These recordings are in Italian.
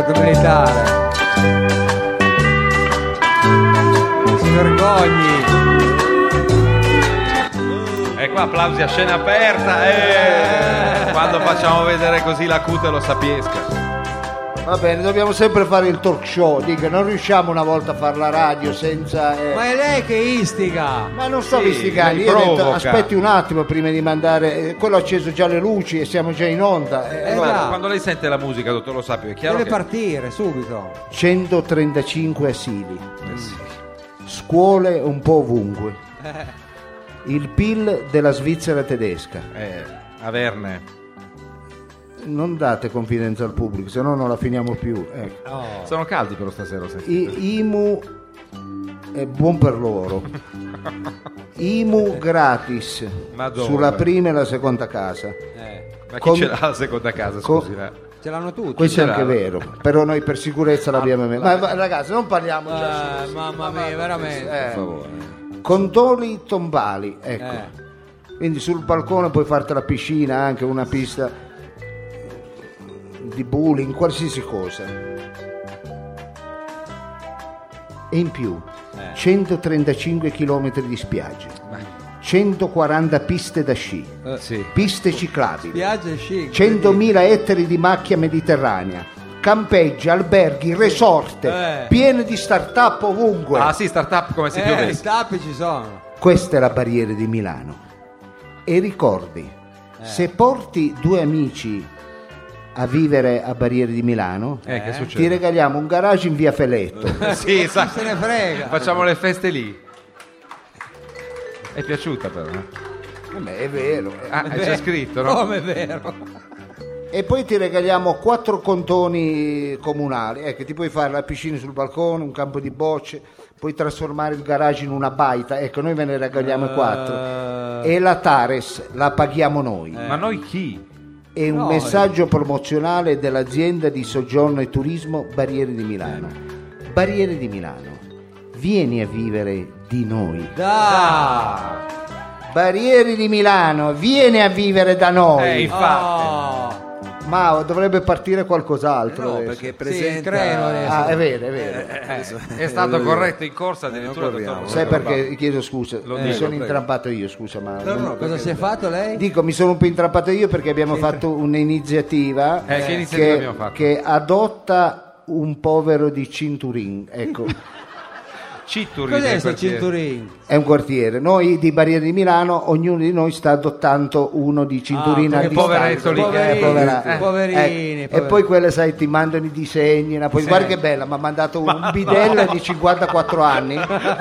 corpo militare. Si vergogni. E qua applausi a scena aperta. Quando facciamo vedere così la cute lo sapiesca. Va bene, dobbiamo sempre fare il talk show, dico, non riusciamo una volta a fare la radio senza... Ma è lei che istiga. Ma non sto Sì, istigando, io ho provoca. detto aspetti un attimo prima di mandare, quello ha acceso già le luci e siamo già in onda. già. Quando lei sente la musica, dottor Lo Sapio, è chiaro Deve che... partire subito. 135 asili, scuole un po' ovunque, il PIL della Svizzera tedesca. Averne. Non date confidenza al pubblico, se no non la finiamo più. Ecco. Sono caldi però stasera. Senti. IMU è buon per loro. IMU gratis Ma dove? sulla prima e la seconda casa. Ma chi ce l'ha la seconda casa, scusi? Ce l'hanno tutti. Questo è ce anche l'ha? vero, però noi per sicurezza l'abbiamo messo. Ma ragazzi, non parliamo già. Mamma mia, veramente. Per favore. Controlli tombali, ecco. Quindi sul balcone puoi farti la piscina, anche una pista di bowling, qualsiasi cosa. E in più 135 km di spiagge, 140 piste da sci, Sì. piste ciclabili, Spiagge chic. 100.000 ettari di macchia mediterranea, campeggi, alberghi, resort, piene di start-up ovunque. Ah sì, start-up come se piovesse. I tappi ci sono. Questa è la Barriere di Milano. E ricordi, se porti due amici a vivere a Barriere di Milano, Che ti succede? regaliamo un garage in via Feletto. Sì, sa, Se ne frega. facciamo le feste lì. È piaciuta però. È vero. Ah, c'è scritto, no? Come è vero. E poi ti regaliamo 4 contoni comunali. Ecco, ti puoi fare la piscina sul balcone, un campo di bocce, puoi trasformare il garage in una baita. Ecco, noi ve ne regaliamo 4. E la Tares la paghiamo noi. Ma noi chi? È un messaggio promozionale dell'azienda di soggiorno e turismo Barriere di Milano. Barriere di Milano, vieni a vivere di noi. Barriere di Milano, vieni a vivere da noi. Infatti. Ma dovrebbe partire qualcos'altro No, adesso. perché Sì, presenta... il treno adesso. Ah, è vero, è vero. È stato corretto in corsa addirittura. non corriamo. dottor Sai Lo Sapio. perché? Chiedo scusa, mi sono intrampato io, scusa, ma Cosa si è fatto lei? dico, mi sono un po' intrampato io perché abbiamo fatto un'iniziativa, Che iniziativa abbiamo fatto? che adotta un povero di Cinturin, ecco. Citturi Cos'è del sto quartiere. cinturin? È un quartiere. Noi di Barriere di Milano, ognuno di noi sta adottando uno di Cinturina a perché poveretto lì, poverini, poverini. E poi quelle, sai, ti mandano i disegni. Poi guarda che bella, mi ha mandato un bidello di 54 anni.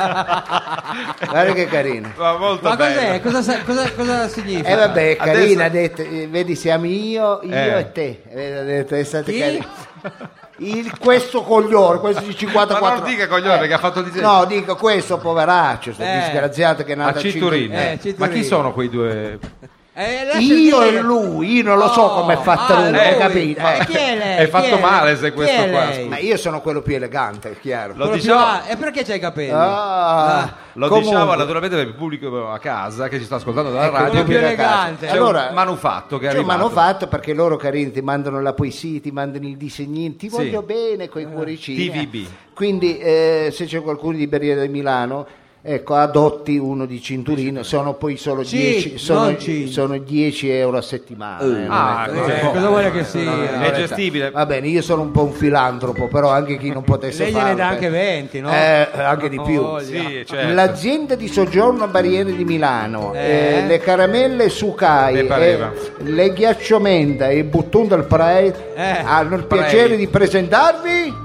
Guarda che carino. Ma molto Ma bello. cos'è? Cosa significa? E vabbè, è carina, Adesso- ha detto, vedi, siamo io e te. Ha detto, è stato Chi? carino. Questo coglione, questo di 54 Ma non dica coglione, perché ha fatto disegno. No, dico questo poveraccio, sto disgraziato che è A nato Citturin. Citturin. Ma chi sono quei due? Io e lui, io non lo so come è fatta lui, hai capito? Ma chi è lei? È fatto Chi è male lei? se Chi questo è qua, lei? Ma io sono quello più elegante, è chiaro. Lo Quello diciamo, più- E perché c'hai i capelli? lo comunque- diciamo naturalmente per il pubblico a casa che ci sta ascoltando dalla Ecco, radio. quello più che elegante. C'è Allora, un manufatto che è C'è un arrivato. manufatto perché loro carini ti mandano la poesia, ti mandano i disegnini, ti voglio bene coi cuoricini. TVB. Quindi se c'è qualcuno di Barriere di Milano, ecco, adotti uno di Cinturino, sono poi solo Sì, 10, non cinque. sono 10 euro a settimana. Cosa vuole che sia? È gestibile. Va bene, io sono un po' un filantropo, però anche chi non potesse Lei farlo. gliene dà anche 20, no? Anche di più. voglia. Sì, certo. L'azienda di soggiorno a Barriere di Milano, le caramelle Sucai, Mi pareva. le ghiacciomenda e i button del Pride hanno il piacere di presentarvi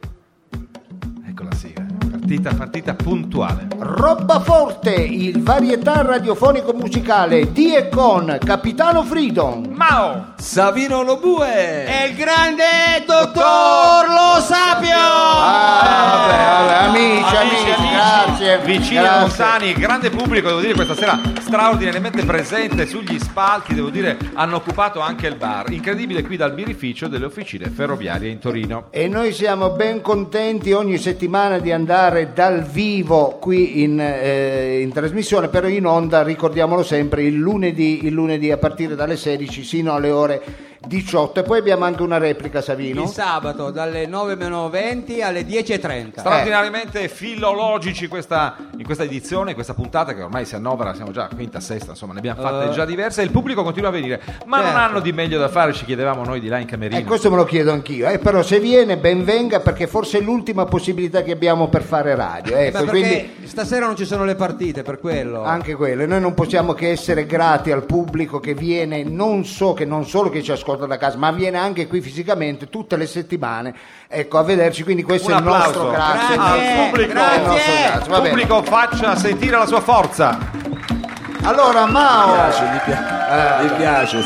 Ecco la sigla. Partita puntuale. Roba Forte, il varietà radiofonico musicale di e con Capitano Freedom. Mao! Savino Lobue! È il grande dottor Lo Sapio! Amici, grazie. Vicini e grazie. lontani, grande pubblico, devo dire, questa sera straordinariamente presente sugli spalti, devo dire, hanno occupato anche il bar. Incredibile qui dal birrificio delle officine ferroviarie in Torino. E noi siamo ben contenti ogni settimana di andare dal vivo qui in trasmissione, però in onda, ricordiamolo sempre, il lunedì a partire dalle 16 sino alle ore 18 e poi abbiamo anche una replica, Savino. Il sabato dalle 9:20 alle 10:30. Straordinariamente filologici in questa edizione, in questa puntata che ormai si annovera, siamo già a quinta, sesta, insomma ne abbiamo fatte già diverse e il pubblico continua a venire, ma non Certo. hanno di meglio da fare, ci chiedevamo noi di là in camerino. Questo me lo chiedo anch'io, però se viene ben venga, perché forse è l'ultima possibilità che abbiamo per fare radio, Ma ecco, perché quindi stasera non ci sono le partite, per quello. anche quello, e noi non possiamo che essere grati al pubblico che viene, non solo che ci ascolta da casa, ma viene anche qui fisicamente tutte le settimane, ecco, a vederci, quindi questo Un è il nostro applauso grazie. al pubblico. È il nostro grazie, va bene. Pubblico, faccia sentire la sua forza. Allora Mao, Mi piace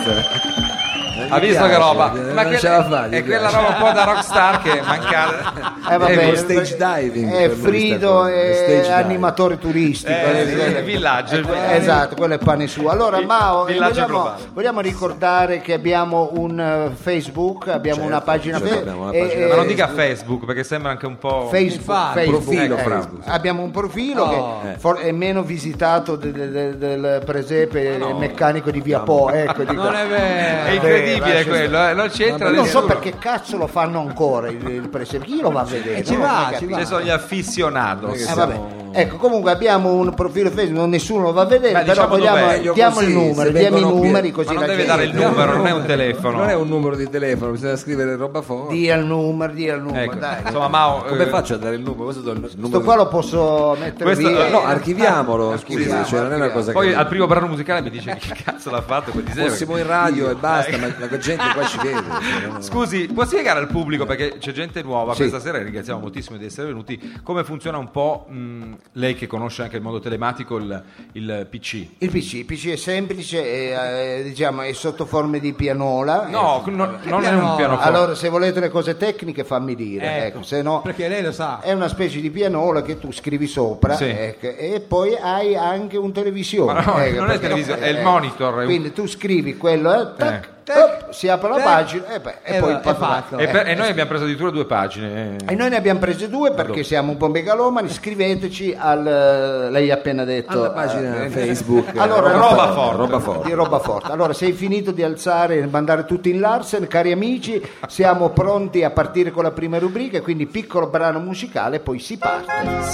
Ha visto che roba? Non ce la fa, è quella roba un po' da rockstar che mancava. vabbè, lo stage diving è per lui Frido, sta cosa, è stage diving. animatore turistico, Villaggio. esatto, quello è pane suo. Allora Mao, Villaggio globale. vogliamo ricordare che abbiamo un Facebook, abbiamo una pagina abbiamo una Facebook, pagina. Ma non dica Facebook perché sembra anche un po'... Facebook, Profilo ecco. Facebook. Abbiamo un profilo che è meno visitato del presepe meccanico di Via Po, ecco, dico. Non è vero. È incredibile lascia quello, non c'entra non so nessuno. perché cazzo lo fanno ancora il presepe, chi lo va a vedere? ci Non va, ho mai ci capito. Ci sono gli aficionados. Vabbè. Ecco, comunque abbiamo un profilo Facebook, nessuno lo va a vedere, Beh, però diciamo dov'è? diamo Così, il numero, se diamo i vengono qui- numeri così Ma non la deve gente- dare il numero, non è un telefono. Non è un numero di telefono, bisogna scrivere roba forte. Dia il numero, Ecco. dai. Insomma, Mao, Come faccio a dare il numero? Questo do il numero Questo qua lo posso mettere Questo- via. No, archiviamolo, scusi, archiviamo, cioè, non è una cosa poi che al primo brano musicale mi dice che cazzo l'ha fatto quel disegno. fossimo in radio e basta, ma la gente qua ci vede. cioè, no? Scusi, può spiegare al pubblico, perché c'è gente nuova Sì. questa sera e ringraziamo moltissimo di essere venuti, come funziona un po', lei che conosce anche il mondo telematico, il PC? Il PC è semplice, diciamo è sotto forme di pianola. No, non è un pianoforte. Allora, se volete le cose tecniche fammi dire, ecco, se no Perché lei lo sa. è una specie di pianola che tu scrivi sopra, Sì. ecco, e poi hai anche un televisore. Ma no, ecco, non è perché- televisione, è il monitor, è un- Quindi tu scrivi quello, tac, si apre la tac, pagina e poi è fatto. E noi abbiamo preso addirittura 2 pagine. E noi ne abbiamo prese 2 perché siamo un po' megalomani. Scriveteci lei ha appena detto Alla pagina Facebook. allora, Roba forte. Roba forte. di roba forte. Allora, se hai finito di alzare e mandare tutti in Larsen, cari amici, siamo pronti a partire con la prima rubrica, quindi piccolo brano musicale, poi si parte.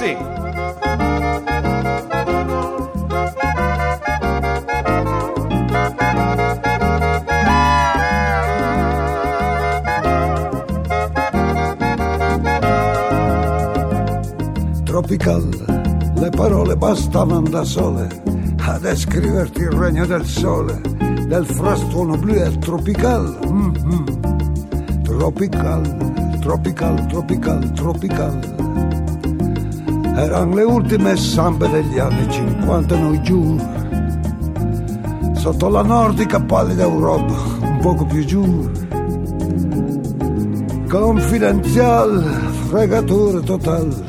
Sì. Tropical, le parole bastavano da sole a descriverti il regno del sole, del frastuono blu e tropical. Tropical, tropical, tropical, tropical. Erano le ultime zampe degli anni 50, noi giù, sotto la nordica pallida Europa, un poco più giù. Confidenzial, fregatura total,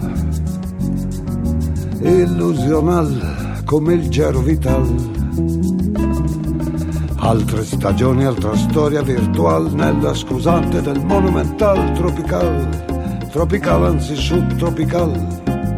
illusional come il gero vital. Altre stagioni, altra storia virtual nella scusante del monumental tropical, tropical anzi subtropical.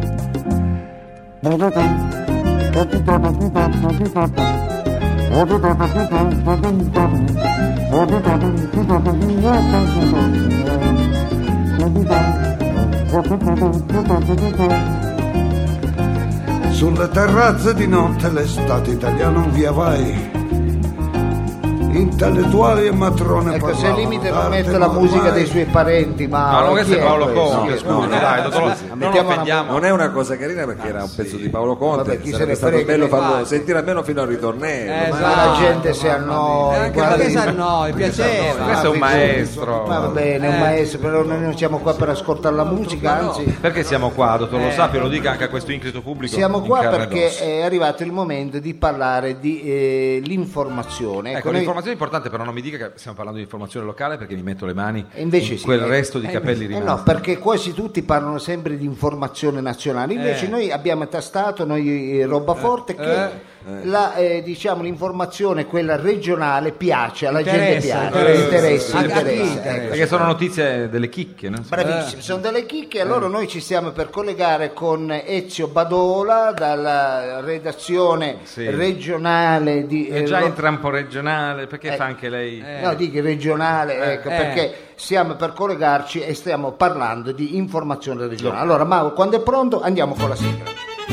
Sulle terrazze di notte l'estate italiana un via vai, intellettuali e matrone Ecco, se parlavano il limite non d'arte mette la musica normale. dei suoi parenti, ma No, no, questo chi è Paolo questo? Conte, scusi, dai, dottor, non lo Mettiamo una- offendiamo. Non è una cosa carina perché era un pezzo di Paolo Conte. Vabbè, chi se sarebbe ne stato frega, bello farlo infatti. sentire almeno fino al ritornello. Esatto. Ma la gente si annoia. Anche guarda- perché sa no, piaceva. Questo è un maestro. Ma va bene, un maestro, però noi non siamo qua per ascoltare la musica, anzi Perché siamo qua, dottor Lo Sapio? Lo dica anche a questo inclito pubblico. siamo in qua carne ed perché ossa. è arrivato il momento di parlare di l'informazione. Ecco, noi- l'informazione è importante, però non mi dica che stiamo parlando di informazione locale perché mi metto le mani E invece in sì, quel resto di capelli no, rimasti. perché quasi tutti parlano sempre di informazione nazionale, invece noi abbiamo tastato, noi Roba Forte, che diciamo, l'informazione, quella regionale, piace alla Interessa, gente, interessa. interessa. Perché sono notizie delle chicche, no? Bravissimi, sono delle chicche. Allora noi ci stiamo per collegare con Ezio Badola dalla redazione regionale di È già in trampo regionale, perché fa anche lei? No, dico regionale, perché stiamo per collegarci e stiamo parlando di informazione regionale. Allora Mauro, quando è pronto andiamo con la sigla.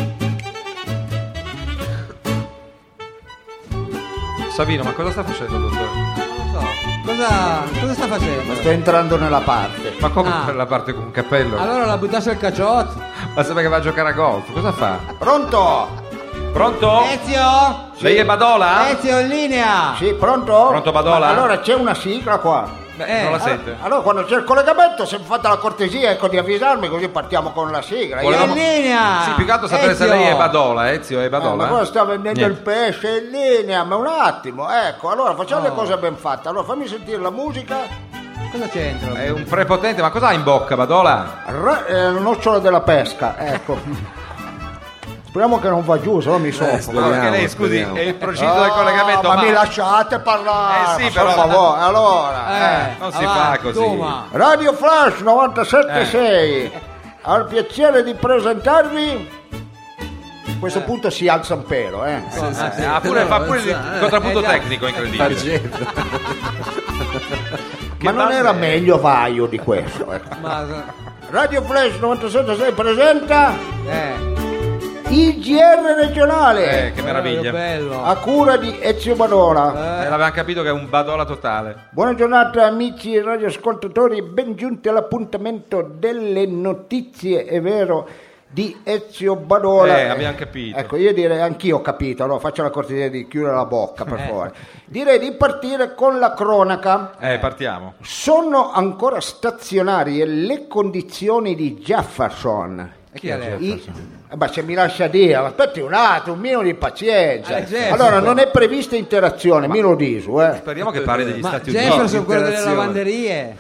Savino, ma cosa sta facendo, dottore? Non so. Cosa sta facendo? Sto entrando nella parte. Ma come per la parte con un cappello? Allora la buttasse al cacciotto. Ma sembra che va a giocare a golf, cosa fa? Pronto? Pronto? Ezio? Lei è Badola? Ezio in linea. Sì, pronto? Pronto, Badola? Ma allora c'è una sigla qua. Beh, non la sente? Allora quando c'è il collegamento, se fate la cortesia di avvisarmi, così partiamo con la sigla. Volevamo- È in linea. Sì, più che altro sapere se Ezio. lei è Badola, Ezio è Ma Badola? cosa sta vendendo Niente. il pesce in linea? Ma un attimo, ecco, allora facciamo le cose ben fatte. Allora fammi sentire la musica. Cosa c'entra? È un prepotente, ma cosa ha in bocca, Badola? Nocciolo della pesca, ecco. Speriamo che non va giù, se no mi soffro. No, perché lei, scusi, speriamo. è il procinto del collegamento, ma mi lasciate parlare, sì, ma però- per favore. Allora, non si fa così. Toma. Radio Flash 97.6 ha il piacere di presentarvi. A questo punto si alza un pelo, fa pure il contrappunto tecnico, incredibile. Argento. ma non era meglio Vaio di questo, ecco. Ma, Radio Flash 97.6 presenta eh, IGR regionale Che meraviglia. bello. a cura di Ezio Badola. L'avevamo capito che è un Badola totale. Buona giornata amici radioascoltatori, ben giunti all'appuntamento delle notizie, è vero, di Ezio Badola. Abbiamo capito. Ecco, io direi, anch'io ho capito, allora faccio la cortesia di chiudere la bocca, per favore. Direi di partire con la cronaca. Partiamo. Sono ancora stazionarie le condizioni di Jefferson. Chi è lei? Se mi lascia dire, aspetti un attimo, un minimo di pazienza. Jefferson. Allora, non è prevista interazione, mi lo dico, Speriamo che parli degli Ma Stati Uniti. Jefferson, quello delle interazione. lavanderie.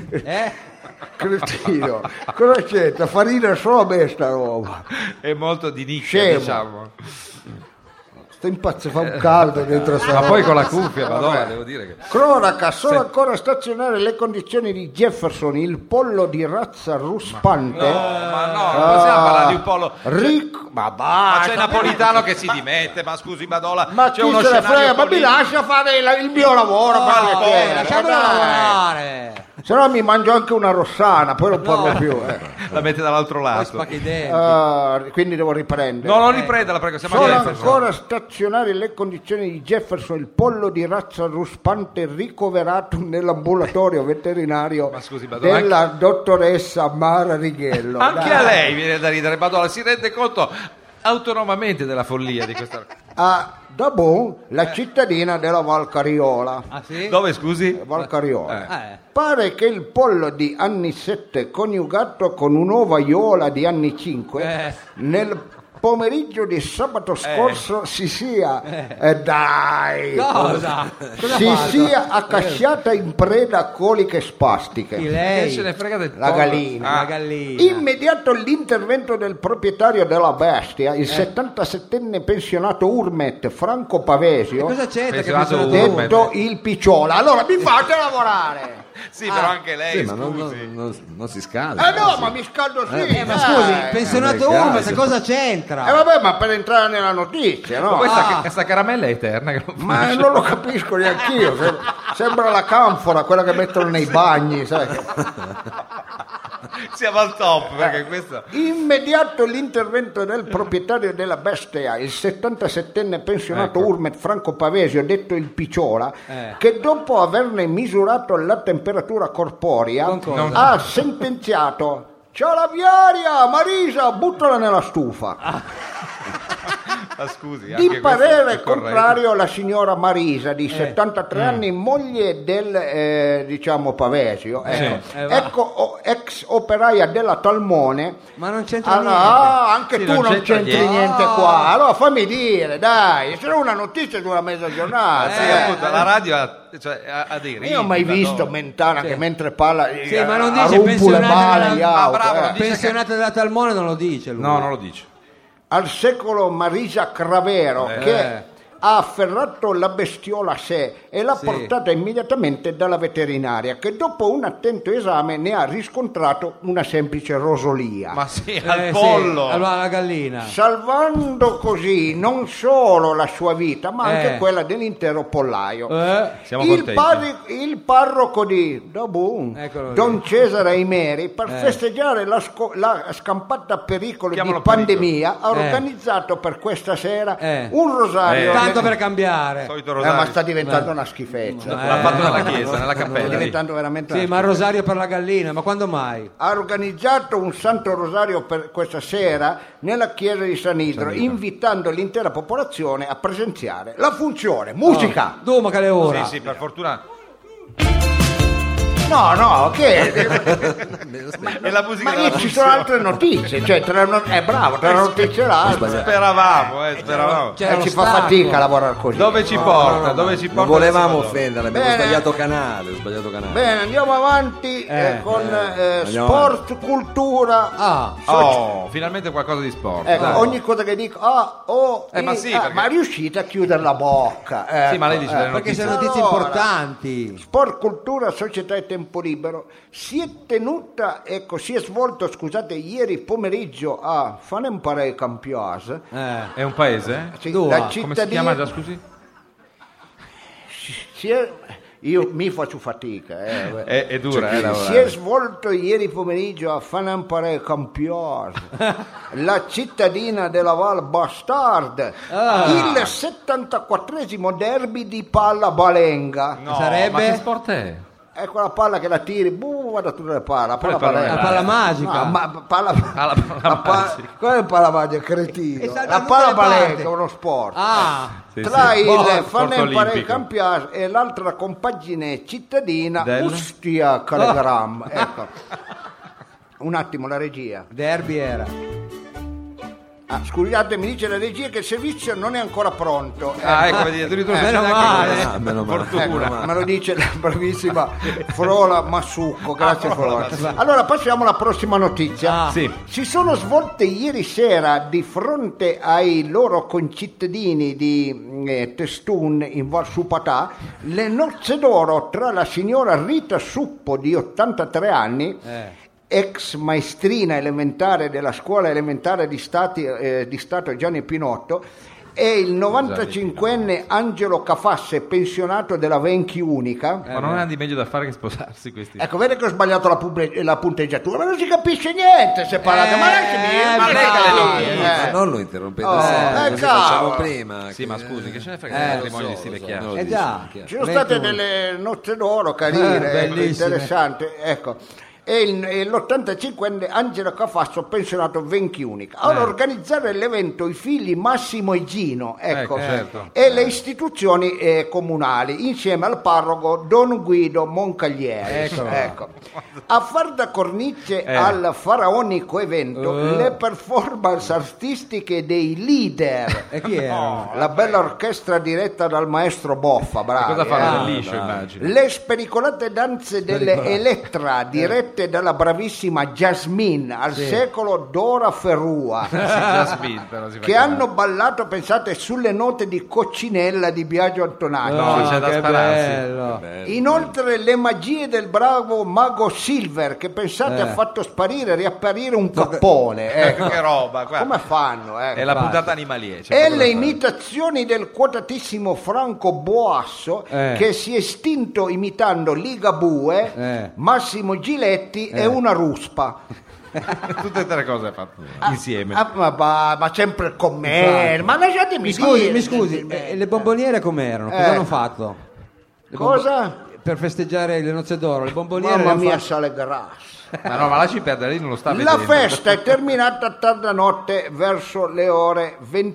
Cretino, cosa c'entra? Farina solo a me sta roba. È molto di nicchia, Scemo. diciamo. Sto impazzendo, fa un caldo dentro sta Ma roba. poi con la cuffia, Badola, devo dire che... Cronaca, sono ancora stazionarie le condizioni di Jefferson, il pollo di razza ruspante. Ma no, non possiamo parlare di un pollo... Ma Ma basta. c'è Napolitano che si dimette, ma scusi Badola, Ma c'è chi uno se ne scenario frega, ma mi politico. lascia fare il mio lavoro, Lasciamolo lavorare. se no mi mangio anche una rossana, poi non parlo più. La mette dall'altro Poi lato. spacchi i denti. Quindi devo riprendere. No, non riprenda, la prego, siamo a Sono Jefferson. ancora stazionarie le condizioni di Jefferson, il pollo di razza ruspante ricoverato nell'ambulatorio veterinario Ma scusi, Badola, della dottoressa Mara Righello. Anche Dai. a lei viene da ridere, Badola, si rende conto autonomamente della follia di questa... A Dabon, la cittadina della Val Cariola. Ah sì? Dove, scusi? Val Cariola. Eh. Pare che il pollo di anni 7 coniugato con un'uova iola di anni 5 nel pomeriggio di sabato scorso si sia dai Cosa? Cosa si ha fatto? sia accasciata in preda a coliche spastiche. Chi Che lei? ce ne frega del La pollo? gallina. La gallina. Immediato l'intervento del proprietario della bestia, il 77enne pensionato Urmet Franco Pavesio, Cosa c'entra che Pensionato pensionato Urmet. detto il Picciola. Allora mi fate lavorare. Sì, però anche lei, Sì, ma scusi. non si scalda. No, ma mi scaldo sì. Ma scusi, pensionato nel Urmet, caso. cosa c'entra? Vabbè, ma per entrare nella notizia, no? Questa caramella è eterna che non Ma finisce. non lo capisco neanch'io. Sembra la canfora, quella che mettono nei bagni, sai? Siamo al top, perché questo... Immediato l'intervento del proprietario della bestia, il 77enne pensionato Urmet Franco Pavesio, detto il Picciola, che dopo averne misurato la temperatura corporea Con cosa? ha sentenziato: c'è la viaria, Marisa, buttala nella stufa. Ma scusi, Di anche questo parere è corretto. contrario la signora Marisa di 73 anni, moglie del diciamo Pavesio, ex operaia della Talmone. Ma non c'entra Allora, niente. anche Sì, tu non non c'entra c'entri niente qua, allora fammi dire, dai, c'era una notizia di una mezza giornata. Sì, appunto, la radio ha dei riti. Io ho mai visto Badola. Mentana che mentre parla Sì, ma non a dice rumpu le pensionata male agli della- auto, bravo, non dice Pensionato della Talmone non lo dice lui. No, non lo dice. al secolo Marisa Cravero che ha afferrato la bestiola a sé e l'ha portata immediatamente dalla veterinaria, che dopo un attento esame ne ha riscontrato una semplice rosolia, Ma sì, al pollo. Sì, alla gallina. salvando così non solo la sua vita ma anche quella dell'intero pollaio. Siamo Il, contenti. il parroco di Dabun, Eccolo lì. Don Cesare Imeri, per festeggiare la scampata pericolo Chiamalo di pandemia, ha Eh. organizzato per questa sera un rosario. Tanto per cambiare. Solito Ma rosario. sta diventando una schifezza. L'ha fatto nella chiesa, nella Sta cappella. lì. diventando veramente Sì, una ma il rosario per la gallina, ma quando mai? ha organizzato un santo rosario per questa sera nella chiesa di San Idro, invitando l'intera popolazione a presenziare la funzione musica. Duma che le ora. Sì, per fortuna. No, che E la musica ma della ci sono altre notizie, cioè bravo, tra le notizie l'altra. Speravamo. C'era lo Ci fa stacco. fatica a lavorare così. Dove ci porta? Dove ci porta? Non volevamo adesso? offenderla, abbiamo Bene. sbagliato canale. Bene, andiamo avanti con Andiamo sport, cultura. Ah, Oh, finalmente qualcosa di sport. Ecco, ogni cosa che dico, ma sì, perché- ma riuscite a chiudere la bocca. Sì, ma lei dice delle perché notizie. sono notizie Allora. importanti. Sport, cultura, società e tempo libero. Si è svolto, scusate, ieri pomeriggio a Fanempare Campias. È un paese? Sì, Dove? la Come si cittadina- chiama già, scusi? io mi faccio fatica. È dura, Si è lavorare. svolto ieri pomeriggio a Fanempare Campias, la cittadina della Val Bastard, il 74esimo derby di palla balenga. No, Sarebbe? ma che sport è? È quella palla che la tiri, va da tutte le palle, la palla Quale palla balenga. La palla magica. No, ma palla Palla magica. qual è il palla magica, E cretino? salta La da palla tutte le balenga parti. è uno sport. Ah, Sì, Tra sì. il Sport Fanempare olimpico. Campias e l'altra compagine cittadina Del? Ustia Calegram. Ecco. Un attimo, la regia. derby era. Scusate, mi dice la regia che il servizio non è ancora pronto. Ah, ecco, vedi, addirittura Meno neanche male. quella. Meno male. Fortuna. Me lo dice la bravissima Frola Massucco, grazie Frola. Allora passiamo alla prossima notizia. Ah. Sì. Si sono svolte ieri sera di fronte ai loro concittadini di Testun in Val Supatà le nozze d'oro tra la signora Rita Suppo di 83 anni, ex maestrina elementare della scuola elementare di Stato Gianni Pinotto, e il 95enne Angelo Cafasse, pensionato della Venchi Unica. Ma non hanno di meglio da fare che sposarsi questi. Ecco, vede che ho sbagliato la punteggiatura, ma non si capisce niente se parlate, ma lasciami, Ma non lo interrompete Oh, sempre, così cavolo. facciamo prima. Sì, ma scusi, che ce ne frega lo del matrimonio di so, sti lo so, vecchiaci? non lo già. dici. Ci sono state 21. delle nozze d'oro carine, Bellissime. interessanti, ecco. E l'85enne Angelo Cafasso, pensionato Venchi Unica. Ora organizzare l'evento i figli Massimo e Gino, ecco, certo. e le istituzioni comunali insieme al parroco Don Guido Moncaglieri. Ecco. A far da cornice al faraonico evento le performance artistiche dei leader. E chi erano? La bella orchestra diretta dal maestro Boffa, bravi. Cosa fanno eh? del liscio, immagino? Le spericolate danze delle Elettra, dirette dalla bravissima Jasmine, al secolo Dora Ferrua, Jasmine, però si fa che chiamare. hanno ballato, pensate, sulle note di Coccinella di Biagio Antonacci. No, c'è da che spararsi. bello. Inoltre le magie del bravo mago Silver, che pensate ha fatto sparire e riapparire un cappone. Ecco. Che roba, guarda. Come fanno? Ecco. È la puntata animalie. c'è E poco da le fare. imitazioni del quotatissimo Franco Boasso, che si è estinto imitando Ligabue, Massimo Giletti e una ruspa. Tutte e tre cose fatte insieme. Ma sempre con me, ma lasciatemi dire. Mi scusi, le bomboniere com'erano? Cosa hanno fatto? Le Cosa? Per festeggiare le nozze d'oro, le bomboniere Mamma le hanno mia, fatte- sale grasso. Ma lasci perdere, lei non lo sta La vedendo. festa è terminata a tarda notte verso le ore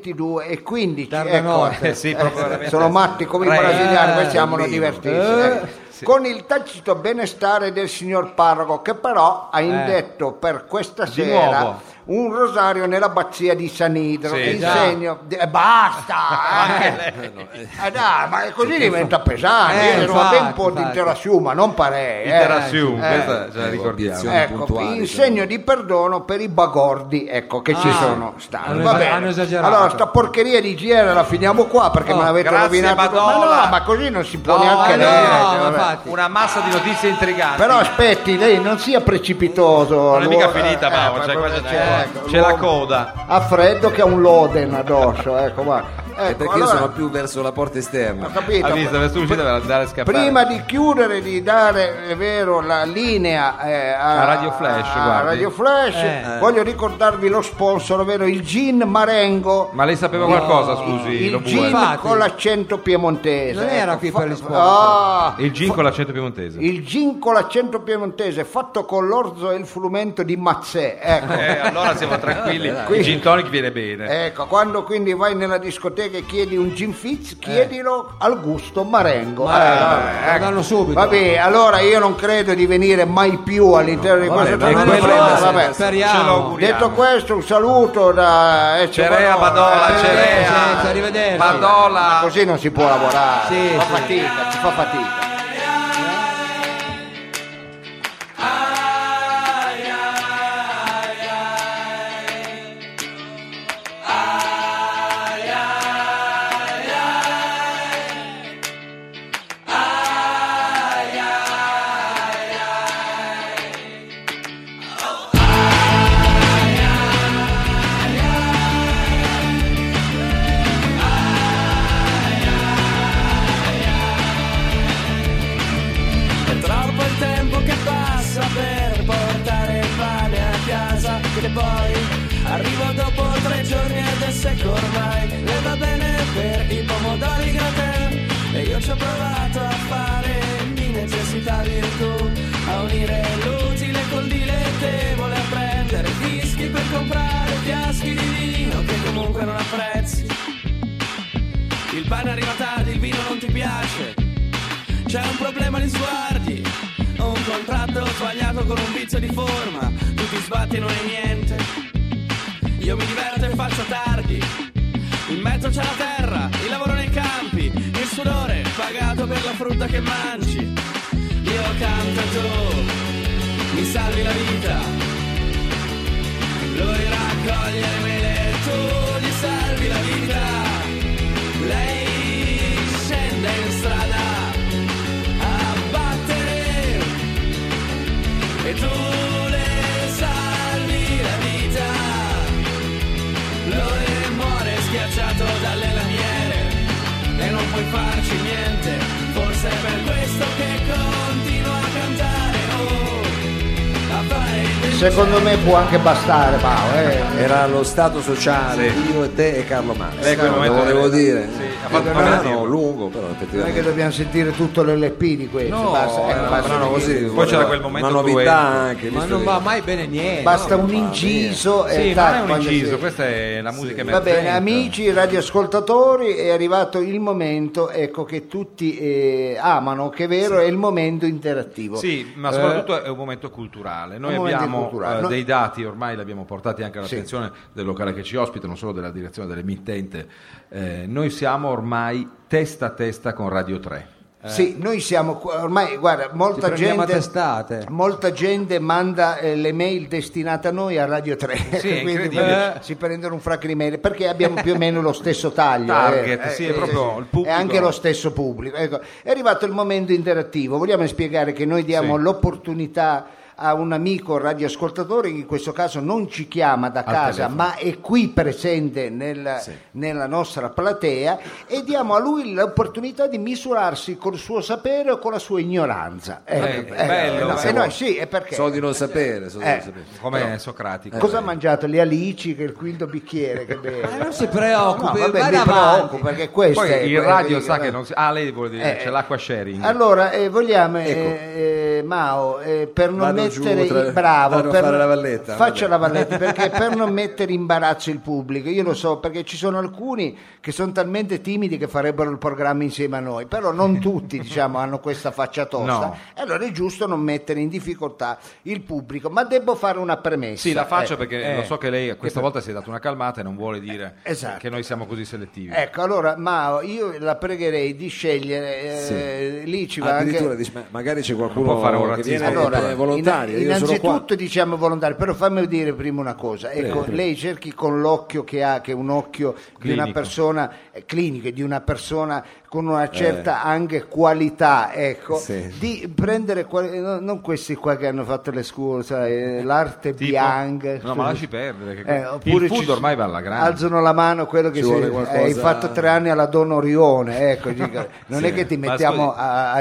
22:15. Tarda notte. Sì, proprio veramente. Sono matti come i Re. brasiliani, questi amano bambino. divertirsi. Con il tacito benestare del signor parroco, che però ha indetto per questa Di sera nuovo. un rosario nell'abbazia di San Idro, Sì, in già. segno basta, dai, ma così diventa pesante. Io sono infatti, un po' di infatti. interazione, ma non parei. Interazione, questa ce la ricordiamo. obiezioni Ecco, puntuali, in sono- segno di perdono per i bagordi, ecco, che ci sono stati. hanno Va bene. hanno esagerato. Allora, sta porcheria di GR la finiamo qua perché me l'avete grazie, rovinato. Badola. Ma no, ma così non si può No, neanche no, dire. ma vabbè. infatti. Una massa di notizie intriganti. Però aspetti, lei non sia precipitoso. non è mica L'uomo- finita, Paolo, ma cioè, qua proprio c'è la l'uomo coda. ha freddo che ha un loden addosso, ecco, guarda. È Ecco, perché io allora, sono più verso la porta esterna. ho capito. Ha visto, verso l'uscita per andare a scappare. Prima di chiudere, di dare, è vero, la linea A Radio Flash, guardi. Radio Flash, voglio ricordarvi lo sponsor, ovvero il gin Marengo. Ma lei sapeva qualcosa, scusi? Il Lo Bue? gin Infatti. con l'accento piemontese. Non era ecco, qui per gli sponsor. Ah, Il gin con l'accento piemontese. il gin con l'accento piemontese fatto con l'orzo e il frumento di Mazzè, ecco. Allora siamo tranquilli. Il gin tonic viene bene. Ecco, quando quindi vai nella discoteca e chiedi un gin fizz, chiedilo al gusto Marengo. Lo ecco. danno subito. Vabbè, allora io non credo di venire mai più all'interno di questo vabbè, programma. quello- Vabbè. Ce lo Speriamo. auguriamo. Detto questo, un saluto da Ezio Cerea, Badola, Badola. Cerea. Arrivederci. Badola. Così non si può lavorare, Sì, si fa sì. fatica, si fa fatica. È troppo il tempo che passa per portare il pane a casa, che poi arrivo dopo 3 giorni ed è secco ormai. Le va bene per i pomodori gratin e io ci ho provato a fare di necessità virtù, a unire l'utile col dilettevole, a prendere dischi per comprare fiaschi di vino che comunque non apprezzi. Il pane arriva tardi, il vino non ti piace, c'è un problema di sguardi, un contratto sbagliato con un vizio di forma, tu ti sbatti e non è niente. Io mi diverto e faccio tardi, in mezzo c'è la terra, il lavoro nei campi, il sudore pagato per la frutta che mangi. Io canto e tu mi salvi la vita, lui raccoglie le mele, tu gli salvi la vita. Lei scende in strada a battere e tu le salvi la vita. Lui muore schiacciato dalle lamiere e non puoi farci niente, forse è per questo che continua a cantare, a fare il Secondo me può anche bastare, Paolo. Era lo stato sociale, io e te e Carlo Marx. Lei quel Lo momento volevo dire. Sì, ha È fatto un bene a brano dirlo. lungo, però Non è che effettivamente. dobbiamo sentire tutto l'LP di questo. No, basta, era un basta brano così. Poi c'era quel momento una novità cruento. anche. Ma visto non che- va mai bene niente. Basta no? un inciso Sì, e ma non tac, è un quando inciso, si- questa è la musica Va emergente. bene, amici radioascoltatori, è arrivato il momento, ecco, che tutti amano, che è vero, è il momento interattivo. Sì, ma soprattutto è un momento culturale. Noi un momento abbiamo culturale. No- dei dati, ormai li abbiamo portati anche all'attenzione del locale che ci ospita, non solo della direzione dell'emittente. Noi siamo ormai testa a testa con Radio 3. Sì, noi siamo ormai, guarda, Ci prendiamo a testate. molta gente manda le mail destinate a noi a Radio 3. Sì, è Quindi incredibile. si prendono un fracco di mail perché abbiamo più o meno lo stesso taglio. Target, sì, è proprio il pubblico. È anche lo stesso pubblico. Ecco, è arrivato il momento interattivo. Vogliamo spiegare che noi diamo Sì. l'opportunità a un amico radioascoltatore che in questo caso non ci chiama da casa telefono. ma è qui presente nella nostra platea, e diamo a lui l'opportunità di misurarsi col suo sapere o con la sua ignoranza. bello, no, bello. no, sì, è perché So di non sapere, so di non sapere. Come Socratico. cosa ha mangiato le alici, che è il quinto bicchiere che beve? Non si preoccupi, No, vabbè, vai mi avanti. preoccupo perché questo Poi è il radio sa vabbè. che non si... Ah, lei vuole dire, c'è l'acqua sharing. Allora, vogliamo, Mao, per non Vado mettere giù, bravo, vanno a fare la valletta. faccia vabbè. la valletta, perché per non mettere in imbarazzo il pubblico. Io lo so, perché ci sono alcuni che sono talmente timidi che farebbero il programma insieme a noi, però non tutti, diciamo, hanno questa faccia tosta. No. E allora è giusto non mettere in difficoltà il pubblico, ma devo fare una premessa. Sì, la faccio Ecco. perché lo so che lei questa volta si è dato una calmata e non vuole dire Esatto. che noi siamo così selettivi. Ecco, allora Mao, io la pregherei di scegliere, lì ci va Addirittura anche... dici, ma magari c'è Non può qualcuno fare un che razzismo. viene Allora, volontario. Io sono qua. innanzitutto diciamo volontario, però fammi dire prima una cosa. Ecco, Prego. lei cerchi con l'occhio che ha, che è un occhio di una Clinico. persona clinico, di una persona con una certa anche qualità, ecco, Sì. di prendere non questi qua che hanno fatto le scuole, sai, l'arte Tipo? Biang. No, ma lasci perdere. Che Oppure il food ci- ormai va alla grande. alzano la mano quello che Ci vuole qualcosa- hai fatto 3 anni alla Don Orione, ecco, dico, non Sì. è che ti Ma mettiamo scusi- a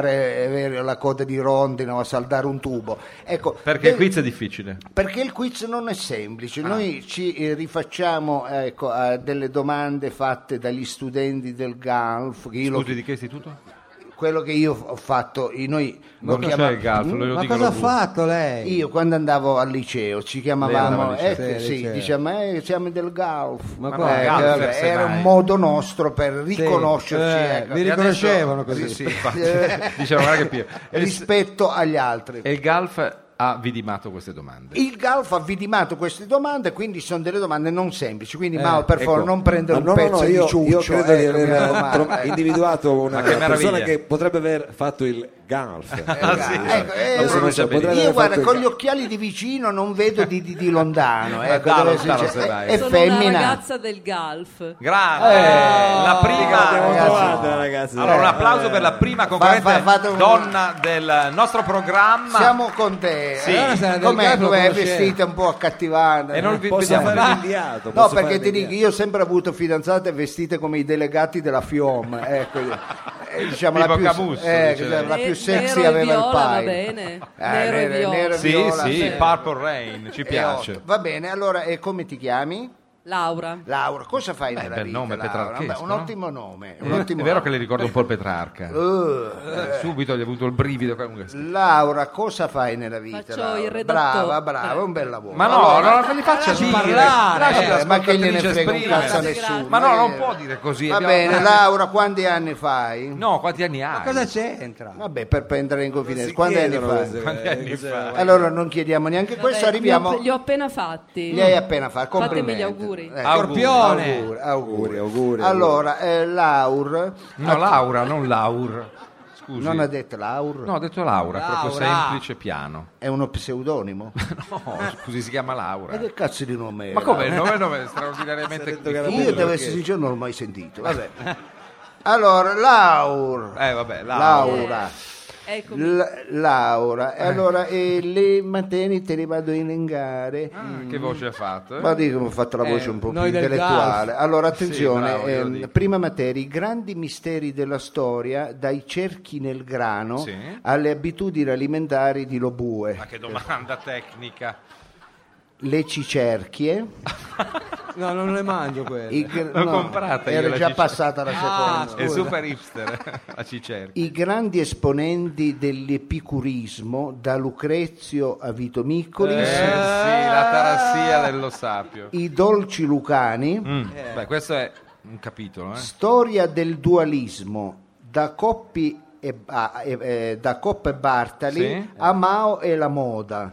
limare la coda di rondine o a saldare un tubo, ecco, Perché il quiz è difficile. perché il quiz non è semplice. Ah. Noi ci rifacciamo ecco, a delle domande fatte dagli studenti del GALF, che io Scusi, di che istituto? quello che io ho fatto, noi lo Non c'è chiama- il Galf, lo Ma dicono cosa ha ovunque. fatto lei? io quando andavo al liceo ci Lei andava chiamavamo, al liceo? sì, Liceo. diciamo, siamo del GALF. Ma Ma qua- no, Galf, Vabbè, se era mai. un modo nostro per Sì. riconoscerci, ecco, Vi E riconoscevano adesso- così. Sì, infatti. Dicevano guarda che Pio. rispetto agli altri. E il Galf ha vidimato queste domande. Il GALF ha vidimato queste domande, quindi sono delle domande non semplici. Quindi, Mao, per Ecco. favore, non prendere Ma un pezzo di io ciuccio. credo di ecco, mi aver raccomando, individuato una Ma che meraviglia. persona che potrebbe aver fatto il Galf. sì. Ecco, Lo pronuncia, potrebbe io aver guarda, fatto con il- gli occhiali di vicino non vedo di lontano. Ecco, da deve lontano essere- se vai. è Sono una femmina. ragazza del Galf. Grande, la prima. L'abbiamo ragazzi. trovata, ragazzi. Allora, un applauso per la prima concorrente fate un- donna del nostro programma. Siamo con te. Sì. Allora sarà del Com'è, Galf, lo com'è conoscevo. vestita un po' accattivante? E non vi Posso vediamo fare lì. l'inviato? No, posso perché fare ti dico, l'inviato? io ho sempre avuto fidanzate vestite come i delegati della FIOM, ecco, diciamo Tipo la più, Camus, che dice la più sexy Nero e aveva il viola, va paio. bene. Nero e viola. nero e Sì, viola, sì, Purple Rain, ci E piace. 8. Va bene, allora, e come ti chiami? Laura. Laura, cosa fai nella bel vita? nome Laura? petrarchesco, Un no? ottimo nome. Un È ottimo vero nome. che le ricorda un po' il Petrarca. Subito gli ha avuto il brivido. Laura, cosa fai nella vita? Faccio Laura? il redattore. Brava, un bel lavoro. Ma no, Allora, non li faccia dire. parlare. Lasci ma che gliene l'ascoltatrice frega un esprimere. cazzo a Grazie, nessuno. Ma no, non che- può dire così. Va abbiamo- bene, Laura, quanti anni fai? No, quanti anni hai? Cosa c'entra? Vabbè, per prendere in confidenza, Si quanti anni chiedono fai? queste- Quanti anni cos'è? fa? Allora non chiediamo neanche questo, Vabbè, arriviamo. Li ho appena fatti. Li hai appena fatto, Fatemi complimenti. gli auguri. Scorpione. Auguri. Allora, Laura, No, Laura, non Laur. Scusi. non ha detto Laura? No, ho detto Laura, proprio Laura. semplice, piano. È uno pseudonimo? No, scusi, si chiama Laura. Ma che cazzo di nome è? Ma come? Il nome è straordinariamente Io devo essere sincero, non l'ho mai sentito. Vabbè. Allora, Laura. vabbè, Laura. Eccomi. Laura. E allora le materie te le vado a elencare. Che voce ha fatto? Ma dico, ho fatto la voce un po' più noi del intellettuale. Allora, attenzione, Sì, bravo, glielo dico. prima materia, i grandi misteri della storia, dai cerchi nel grano Sì. alle abitudini alimentari di Lobue. Ma che domanda tecnica. Le cicerchie, No, non le mangio quelle. L'ho comprata io era la già cicerchia. passata la seconda. È super hipster, la cicerchia. I grandi esponenti dell'epicurismo, da Lucrezio a Vito Miccolis, Sì, la tarassia dello sapio. i dolci lucani, Beh, questo è un capitolo, storia del dualismo, da Coppi da Coppa e Bartali Sì. a Mao e la moda.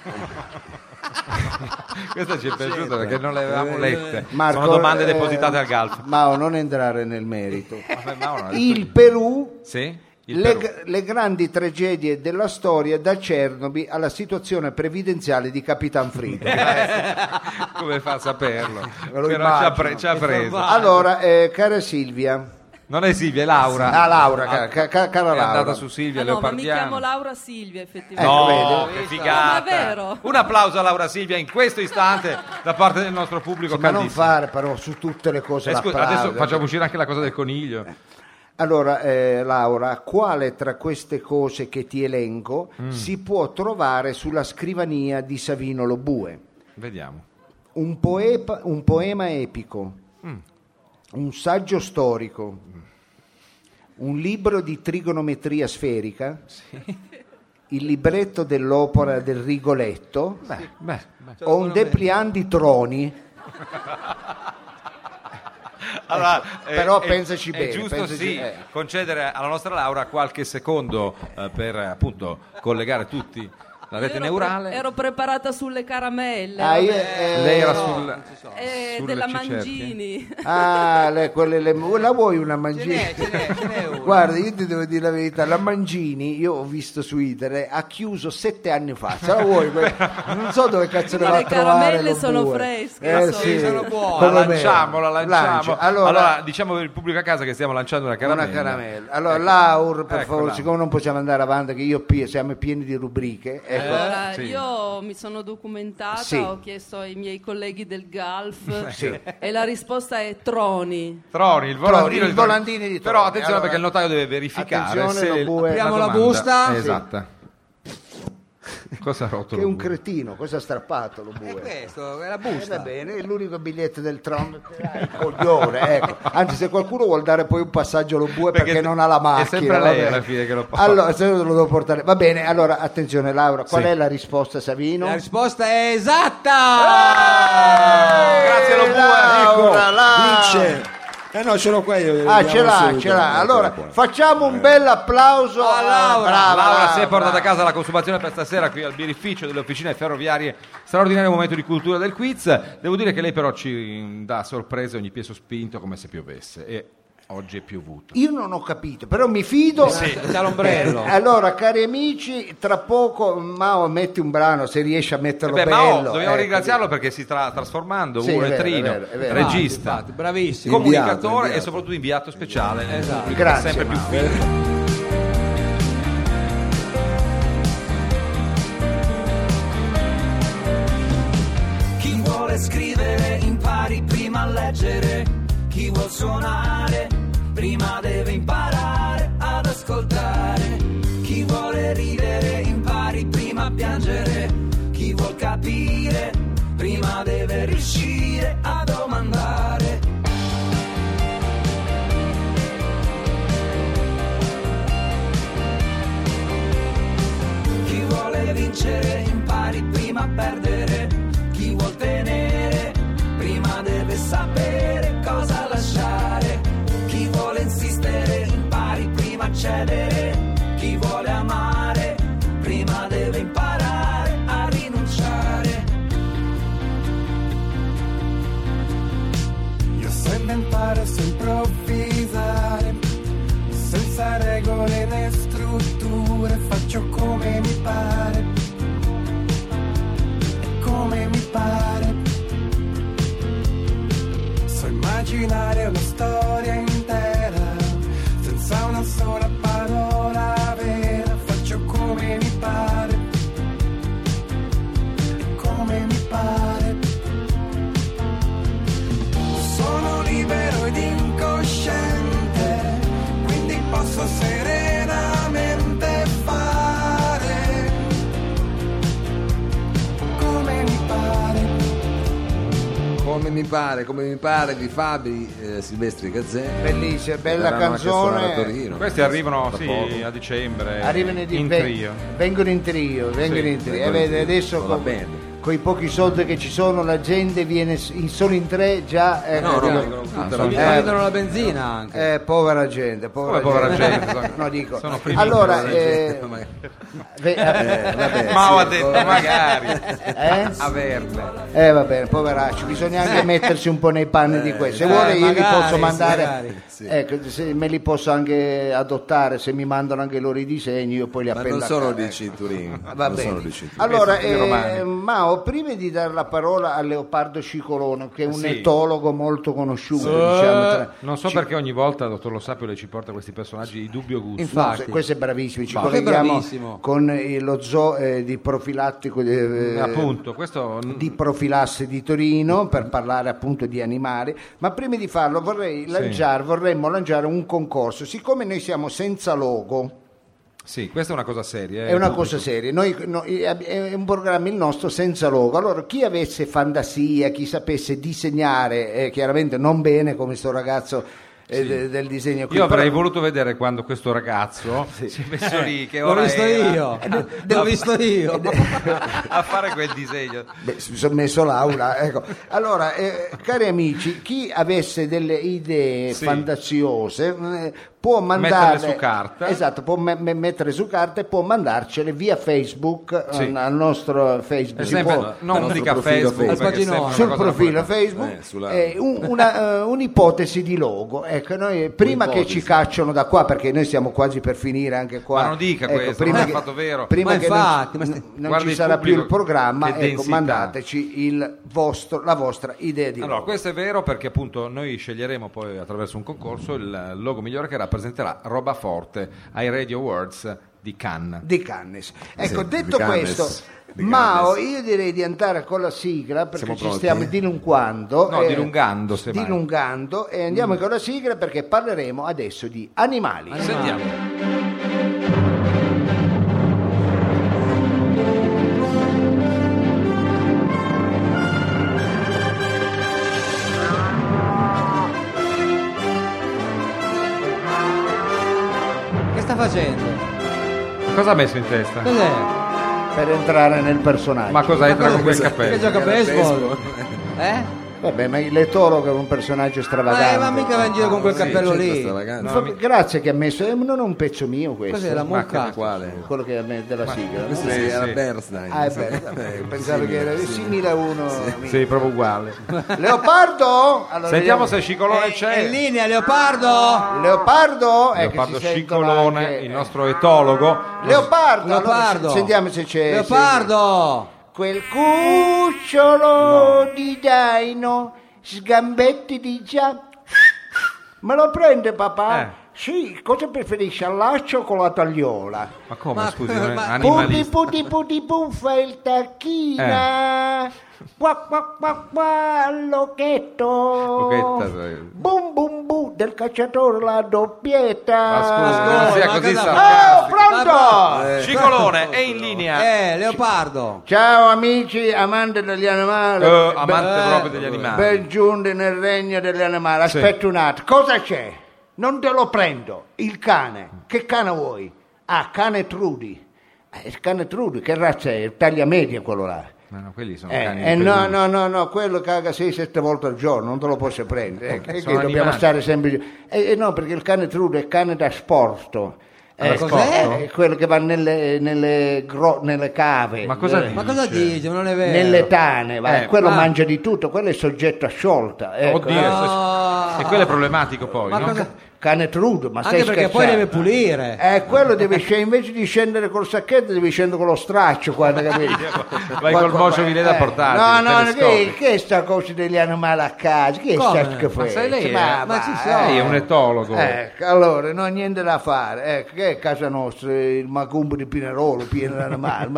Questa ci è piaciuta perché non le avevamo lette. Marco, Sono domande depositate al Galf. Mao, non entrare nel merito. Vabbè, ma ora- Il Perù, Sì? Il Perù. le grandi tragedie della storia, da Chernobyl alla situazione previdenziale di Capitan Frido. Come fa a saperlo? Me lo Però ci ha, immagino. ci ha preso. Allora, cara Silvia, Non è Silvia, è Laura. Laura, cara È Laura. andata su Silvia Ah, no, ma mi Leopardiano. chiamo Laura Silvia, effettivamente. Ecco, No, vedi? che figata. Ma è vero. Un applauso a Laura Silvia in questo istante da parte del nostro pubblico Ma non caldissimo. fare però su tutte le cose Scusa, l'applauso. adesso facciamo uscire anche la cosa del coniglio. Allora, Laura, quale tra queste cose che ti elenco si può trovare sulla scrivania di Savino Lobue? Vediamo. Un poema epico, un saggio storico, un libro di trigonometria sferica, il libretto dell'opera del Rigoletto o un dépliant di Troni. Allora, però pensaci bene, è giusto pensaci- concedere alla nostra Laura qualche secondo per appunto collegare tutti la rete neurale. Ero preparata sulle caramelle. Lei era sulle della cicerche? Mangini. La vuoi una Mangini? Ce n'è uno. Guarda, io ti devo dire la verità, la Mangini io ho visto su internet, ha chiuso 7 anni fa, se la vuoi non so dove cazzo ne Ma va a le trovare caramelle lo sono bue. fresche, sono buone. La Come me. lanciamo. Lancia. Allora, diciamo per il pubblico a casa che stiamo lanciando una caramella. Una caramella. Allora, Laur, per Ecco, favore, Laur. siccome non possiamo andare avanti, che io siamo pieni di rubriche, ecco. Allora, sì. io mi sono documentata, Sì. ho chiesto ai miei colleghi del Galf Sì. e la risposta è Troni. Troni, il volantino, il volantino di Troni. Però attenzione Allora, perché il notaio deve verificare attenzione, se lo bue- Apriamo la domanda busta. è Sì. esatta. Cosa ha rotto? Che è lo un bue? cretino, cosa ha strappato lo È bue? questo, è la Va busta. bene, è l'unico biglietto del Tron che hai, coglione, ecco. Anzi, se qualcuno vuol dare poi un passaggio allo bue perché non ha la macchina, È sempre lei va bene. alla fine che lo porta. Allora, se lo devo portare. Va bene, allora attenzione Laura, qual Sì. è la risposta, Savino? La risposta è esatta! Grazie allo bue. Laura, Vince. No, ce l'ho qua io. Ah, Diamo ce l'ha, subito. ce l'ha. Eccola Allora, qua. facciamo un bel applauso A Laura. Brava, Laura si è brava. portata a casa la consumazione per stasera qui al birrificio delle officine ferroviarie. Straordinario momento di cultura del quiz. Devo dire che lei però ci dà sorprese ogni piede sospinto come se piovesse e oggi è piovuto. Io non ho capito, però mi fido. C'ha l'ombrello. Allora, cari amici, tra poco Mao metti un brano se riesci a metterlo Beh, bello. ma dobbiamo ecco. ringraziarlo perché si sta trasformando Sì, è vero, uretrino, è vero. regista, Infatti, bravissimo. comunicatore Inviato. e soprattutto inviato speciale. Esatto. Grazie, Sempre più Mao. figo. Chi vuole scrivere impari prima a leggere, chi vuol suonare prima deve imparare ad ascoltare, chi vuole ridere impari prima a piangere, chi vuol capire prima deve riuscire a domandare. Chi vuole vincere impari prima a perdere, chi vuol tenere prima deve sapere cosa lasciare, chi vuole insistere impari prima a cedere, chi vuole amare prima deve imparare a rinunciare. Io so inventare, so improvvisare, senza regole né strutture, faccio come mi pare, e come mi pare. So immaginare una storia intera, senza una sola parola vera, faccio come mi pare, e come mi pare. Sono libero ed incosciente, quindi posso serenamente fare come mi pare. Come mi pare di Fabi Silvestri Gazzè. Bellissima, bella Verranno anche a suonare a canzone. Torino. Questi arrivano Tra poco. a dicembre Arrivano in trio. vengono in trio, vengono in trio. vengono in Vedi, trio. adesso Va con bene. i pochi soldi che ci sono la gente viene solo in tre già. No, dico- vengono tutte sono- la- Vendono la benzina anche. povera gente, Come povera gente? No, dico. Sono primi Allora, povera Vabbè, Mao sì, ha detto magari va bene, poveracci, bisogna anche mettersi un po' nei panni di questo. Se vuole io li magari, posso sì, mandare, magari. ecco, se me li posso anche adottare, se mi mandano anche i loro i disegni, io poi li Ma appendo non a sono casa, di ecco. Cinturini. Va non bene. sono di Cinturini. Allora, Questi romani. Mao, prima di dare la parola a Leopardo Cicolone, che è un Sì. etologo molto conosciuto, diciamo, Non so perché ogni volta, dottor Lo Sapio, lei ci porta questi personaggi di dubbio gusto. Infatti. questo è bravissimo, ci Ma che colleghiamo bravissimo. con lo zoo di profilattico Appunto, questo di profilassi di Torino per parlare appunto di animali, ma prima di farlo vorremmo lanciare un concorso. Siccome noi siamo senza logo, sì, questa è una cosa seria. è una cosa seria, è un programma il nostro senza logo. Allora chi avesse fantasia, chi sapesse disegnare, chiaramente non bene come sto ragazzo del disegno qui. Io avrei Però- voluto vedere quando questo ragazzo si è messo lì, che L'ho ora visto era, io. L'ho visto io. a fare quel disegno. Beh, mi sono messo Laura, ecco. Allora, cari amici, chi avesse delle idee fantaziose può mandarle Metterle su carta. Esatto, può mettere su carta e può mandarcele via Facebook al nostro Facebook. Per Si esempio, può- non nostro dica profilo Facebook, Facebook. perché sembra una sul cosa profilo fuori. Facebook sulla- un'ipotesi di logo. Ecco, noi prima che ci cacciano da qua, perché noi stiamo quasi per finire anche qua. Ma non dica ecco, questo, non è affatto vero. Prima Ma che infatti, non Guarda ci il sarà più pubblico, il programma, che ecco, densità. mandateci la vostra idea di Allora, logo. questo è vero perché appunto noi sceglieremo poi attraverso un concorso il logo migliore che rappresenterà Roba Forte ai Radio Awards di Cannes. Di Cannes. Ecco, Sì, detto di Cannes, questo, di Mao, Cannes. io direi di andare con la sigla perché Siamo ci pronti? stiamo dilungando. No, dilungando, semmai. dilungando e andiamo con la sigla perché parleremo adesso di animali. Sentiamo. Che sta facendo? Cosa ha messo in testa? Cos'è? Per entrare nel personaggio. Ma cosa entra con quel Che cappello? gioca a baseball? Vabbè, ma il toro che è un personaggio stravagante. Ma mica va in giro con quel cappello lì. Grazie che ha messo, non è un pezzo mio questo. Cos'è la mucca? Quale? Quello che ha messo della sigla. Questo no? era sì. Bernstein. Ah, è vero, vabbè, pensavo che era il 6001. Sì, proprio uguale. Leopardo? Allora, Sentiamo vediamo. se Scicolone È in c'è. linea, Leopardo! Leopardo? Che Leopardo si sentono Scicolone, anche- il nostro etologo. Leopardo, Leopardo. allora, sentiamo se c'è. Leopardo! Quel cucciolo di daino, sgambetti di già. Me lo prende papà? Sì, cosa preferisci, al laccio o con la tagliola? Ma come, Ma- scusi, ma- non è ma- animalista. Puti puti puffa il tacchina. Qua qua qua qua l'occhetto. Locchetta, sì. Bum bum bum del cacciatore la doppietta. Ma scusi, non ma sia cosa così fa? Oh, sarcastico. pronto? Scicolone è in linea. Leopardo! Ciao amici amanti degli animali. Amante proprio degli animali. Ben giunti nel regno degli animali. Aspetta un attimo, cosa c'è? Non te lo prendo. Il cane. Che cane vuoi? Ah, cane Trudy. Il cane Trudy, che razza è? Taglia media quello là. No, quelli sono cani No, peluti. no, quello caga 6-7 volte al giorno, non te lo posso prendere. Che Sono dobbiamo animali. stare sempre. No, perché il cane Trudy è cane da sport. cos'è? È quello che va nelle cave. Ma cosa Ma cosa dice? Non è vero. Nelle tane, va. Quello ma- mangia di tutto, quello è soggetto a sciolta. Ecco. Oddio, No. e quello è problematico poi, Ma no? cosa- Cane trudo, ma stai Anche perché poi scherzando? deve pulire. Quello deve scendere, invece di scendere col sacchetto, devi scendere con lo straccio, guarda, capito? Vai col mocio di lei da portare. No, che è sta cosa degli animali a casa? Che è Come? sta schifezza? Ma sai lei, Ma ma ci va, sono. Lei è un etologo. Ecco, allora, non niente da fare. Ecco, che è casa nostra, il macumbo di Pinerolo, pieno di animali.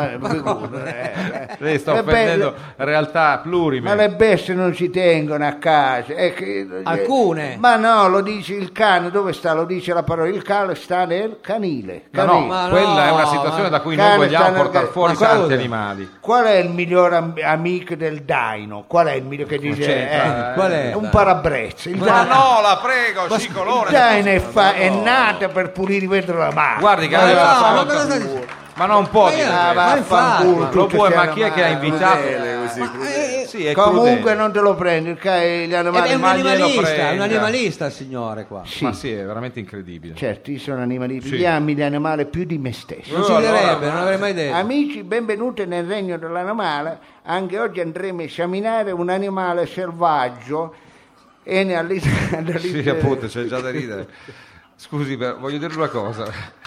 Lei sta Le offendendo belle- realtà plurime. Ma le bestie non si tengono a casa. Alcune. Ma no, lo dice il cane, dove sta? Lo dice la parola, il cane sta nel canile. Ma no, Canile. Ma no, quella è una situazione da cui noi cane vogliamo sta nel- portare fuori ma tanti scusa. animali. Qual è il miglior amico del daino? Qual è il miglior che dice? c'entra? Qual è? Un parabrezza. Il Ma daino, no, la prego, il Scicolone. daino è nato per pulire i vetri della mano. Guardi che Ma aveva no, la ma bocca. cosa sta dicendo? Ma non può Ma dire io- questo. va, infatti. fanculo, Lo tutti puoi, ma questi chi è che ha animali. invitato? Sì, è Comunque crudele. non te lo prendi, gli animali. È un ma glielo animalista, prenda. è un animalista il signore qua. Sì. Ma sì, è veramente incredibile. Certo, io sono animalista, Sì. gli ami gli animali più di me stesso. Non ci direbbe, non avrei mai detto. Amici, benvenuti nel regno dell'animale. Anche oggi andremo a esaminare un animale selvaggio e ne Sì, appunto, c'è già da ridere. Scusi, voglio dire una cosa.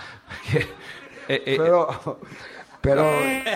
Perché però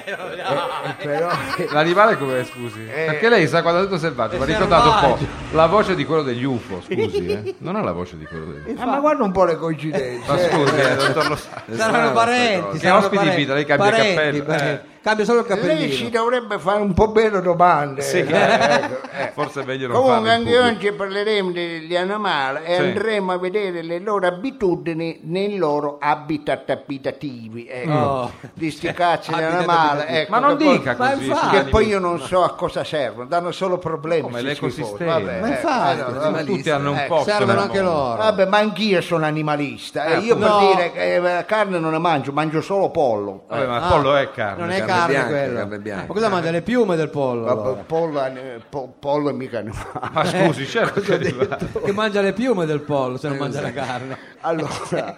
l'animale come scusi? Perché lei sa quando ha detto selvaggio, mi ha ricordato un po' la voce di quello degli UFO, scusi, non è la voce di quello degli UFO. ma guarda un po' le coincidenze. Ma scusi, dottor Lo sa. Saranno parenti, Che saranno ospiti di parenti. vita, lei cambia Parenti, cappello. parenti. cambia solo il Lei cappellino. ci dovrebbe fare un po' meno domande. Sì, forse è meglio non Comunque farlo in anche pubblico. oggi parleremo degli animali e Sì. andremo a vedere le loro abitudini nei loro habitat abitativi. Ecco. Oh. Di sti cazzi di Habitat animali. abitativi. Ecco, Ma non che poi- dica Ma così. infatti- sugli che poi animali. io non so a cosa servono, danno solo problemi. Come sti l'ecosistema. schifosi. Vabbè, Ma infatti, allora, Tutti hanno un ecco, posto servono nel anche mondo. loro. Vabbè, ma anch'io sono animalista. Io per no. dire che la carne non ne mangio solo pollo. Vabbè, ma il pollo è carne. Non è carne carne bianca, quello. carne bianca. Ma cosa mangia? Le piume del pollo? Vabbè, allora? pollo è mica animale. Ma scusi, certo che Che mangia le piume del pollo se non mangia la carne. Allora,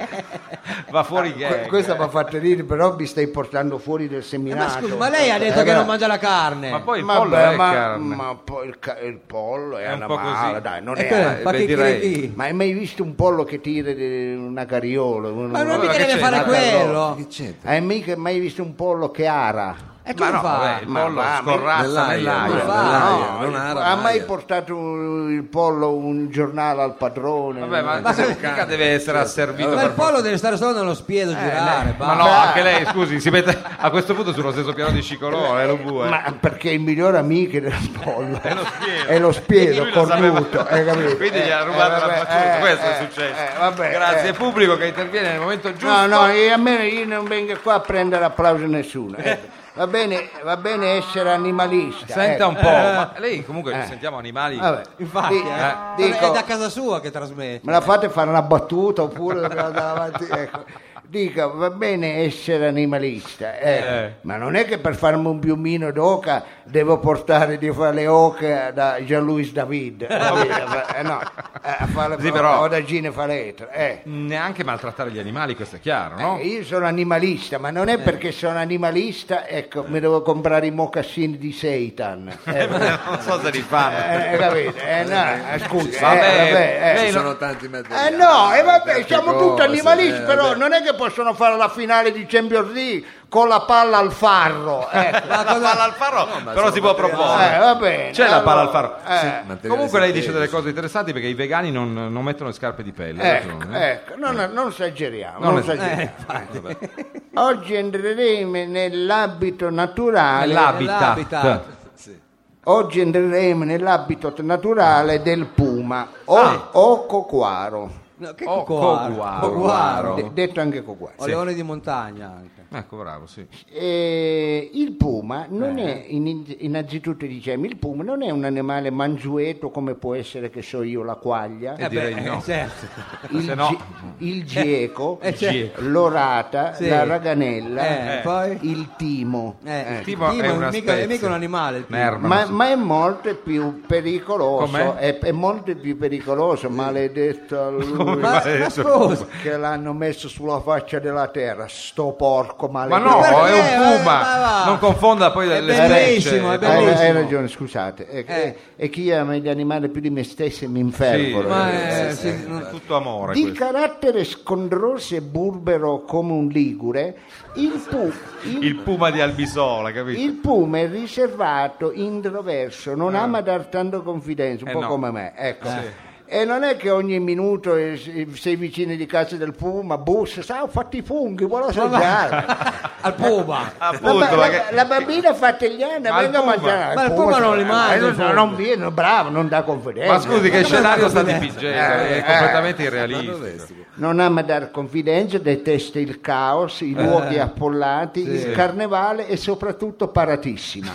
va fuori gag. questa mi ha fatto ridere, però mi stai portando fuori del Ma seminato. scusa, ma lei ha detto che non mangia la carne. Ma poi il Vabbè, pollo è ma, carne. ma poi il pollo è un po' animale, così. dai, non E è. che- ma beh, che direi. credi? Ma hai mai visto un pollo che tira una cariola? Ma non Allora, mica che deve c'è? fare Ma quello. Che c'entra? Hai mai visto un pollo che ara? E Ma come no, fa? vabbè, il Ma pollo va, scorrazza nell'aria, nell'aria. nell'aria, non ha mai portato il pollo un giornale al padrone? Vabbè, ma mica deve essere asservito Ma per il pollo deve stare solo nello spiedo, girare. Ma no, basta. anche lei, scusi, si mette a questo punto sullo stesso piano di Scicolò, lo bue. Ma perché il miglior amico del pollo È lo spiedo. è lo spiedo Lui lo sapeva. cornuto, hai capito? Quindi gli ha rubato la vabbè, battuta, questo è successo. vabbè, Grazie, pubblico che interviene nel momento giusto. No, no, io non vengo qua a prendere applauso a nessuno. ecco. Va bene essere animalista. Senta ecco. un po', ma lei comunque sentiamo animali. Vabbè. Infatti, Dico, è da casa sua che trasmette. me la fate fare una battuta oppure davanti? Ecco. Dico, va bene essere animalista, ma non è che per farmi un piumino d'oca devo portare di fare le oche da Jean-Louis David, no, a fare Sì, però- o da Gine Faletra. Neanche maltrattare gli animali, questo è chiaro, no? Io sono animalista, ma non è perché sono animalista, ecco, mi devo comprare i mocassini di seitan. Non so se li fanno. Capito? No, scusi, Vabbè, Ci lei sono tanti metodi. no, e vabbè, tante siamo cose, tutti animalisti, però vabbè. non è che possono fare la finale di Champions League con la palla al farro. La palla al farro, però si può proporre. Va bene. C'è la palla al farro. Mantenere Comunque lei dice sintetici. delle cose interessanti perché i vegani non mettono le scarpe di pelle. ha Ecco, ragione. ecco, non esageriamo. Non non es- esageriamo. Oggi entreremo nell'abito naturale. Nell'habitat. Oggi entreremo nell'abito naturale del puma o coquaro. No, che Coguaro. coguaro. Detto anche coquaro. O leone di montagna anche. Ecco, bravo, sì. Il puma non è, innanzitutto diciamo, il puma non è un animale mansueto come può essere, che so io, la quaglia, Direi di no. Certo. se no- il gieco, certo. l'orata, Sì. la raganella, Poi? il timo. Il timo è una mica, specie. è mica un animale. Il timo. Nerva, Ma è molto più pericoloso, Com'è? è molto più pericoloso, maledetto a lui Ma scusa. che l'hanno messo sulla faccia della terra, sto porco Ma maledetto. no, Perché? è un puma. Ma va. Non confonda poi È le bellissimo, specie. è bellissimo. Hai ragione, scusate. E chi ama gli animali più di me stesso mi infervoro. Ma Tutto amore Di questo. carattere scondroso e burbero come un ligure, Il puma di Albisola, capito? il puma è riservato, introverso, non ama dar tanto confidenza, un po' no. come me. Ecco. E non è che ogni minuto sei vicino di casa del puma, bussa, sa, ho fatto i funghi, vuole assaggiare. Al puma. Appunto, ma che- La bambina ha fatto gli anni, Ma il venga a puma- mangiare. ma il puma non li mangia, i funghi. Non viene, bravo, non dà confidenza. Ma scusi, che scenario sta dipingendo? È Eh, completamente irrealistico. Non ama dar confidenza, detesta il caos, i luoghi appollati, il carnevale e soprattutto paratissima.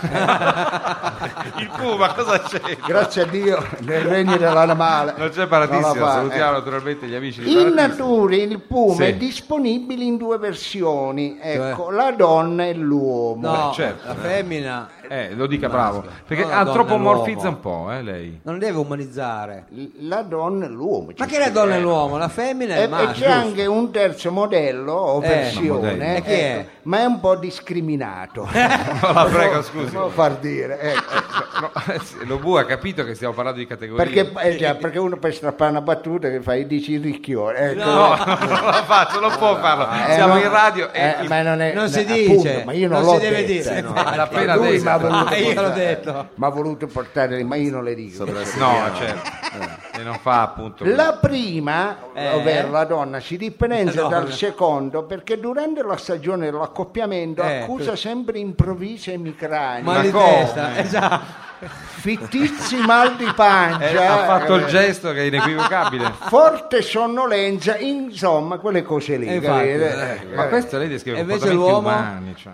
Il puma, cosa c'è? Grazie a Dio nel regno dell'animale. Non c'è Paratissimo, Non la fa, salutiamo naturalmente gli amici di In Paratissimo. natura il puma Sì. è disponibile in due versioni, ecco, la donna e l'uomo. No, certo. la femmina Lo dica bravo. Perché No, la donna e antropomorfizza l'uomo. un po', lei. non deve umanizzare. La donna e l'uomo. Ma che è la donna e l'uomo? La femmina e il E maschio. c'è anche un terzo modello o versione, modello. E chi è? ecco, ma è un po' discriminato. No, la prego, scusi. Non lo far dire, ecco. No, lo Bu ha capito che stiamo parlando di categorie. Perché uno per strappare una battuta che fai dici il ricchione, ecco. No, non la faccio, non può farlo. Siamo ma- in radio e ma non, è, Non si appunto, dice, ma io non, non l'ho si deve detta, dire. no. l'ha appena Lui detto. mi ha io l'ho detto. Ma ha voluto portare, ma io non le dico. No, certo. E non fa appunto. La prima, ovvero la donna, si differenzia La donna. dal secondo perché durante la stagione dell'accoppiamento accusa sempre improvvise emicranie, Mal di come? testa, esatto. fittizi mal di pancia, Ha fatto il gesto che è inequivocabile. forte sonnolenza, insomma quelle cose lì. Infatti. capite? Ma questo lei descrive E invece comportamenti l'uomo? umani, cioè,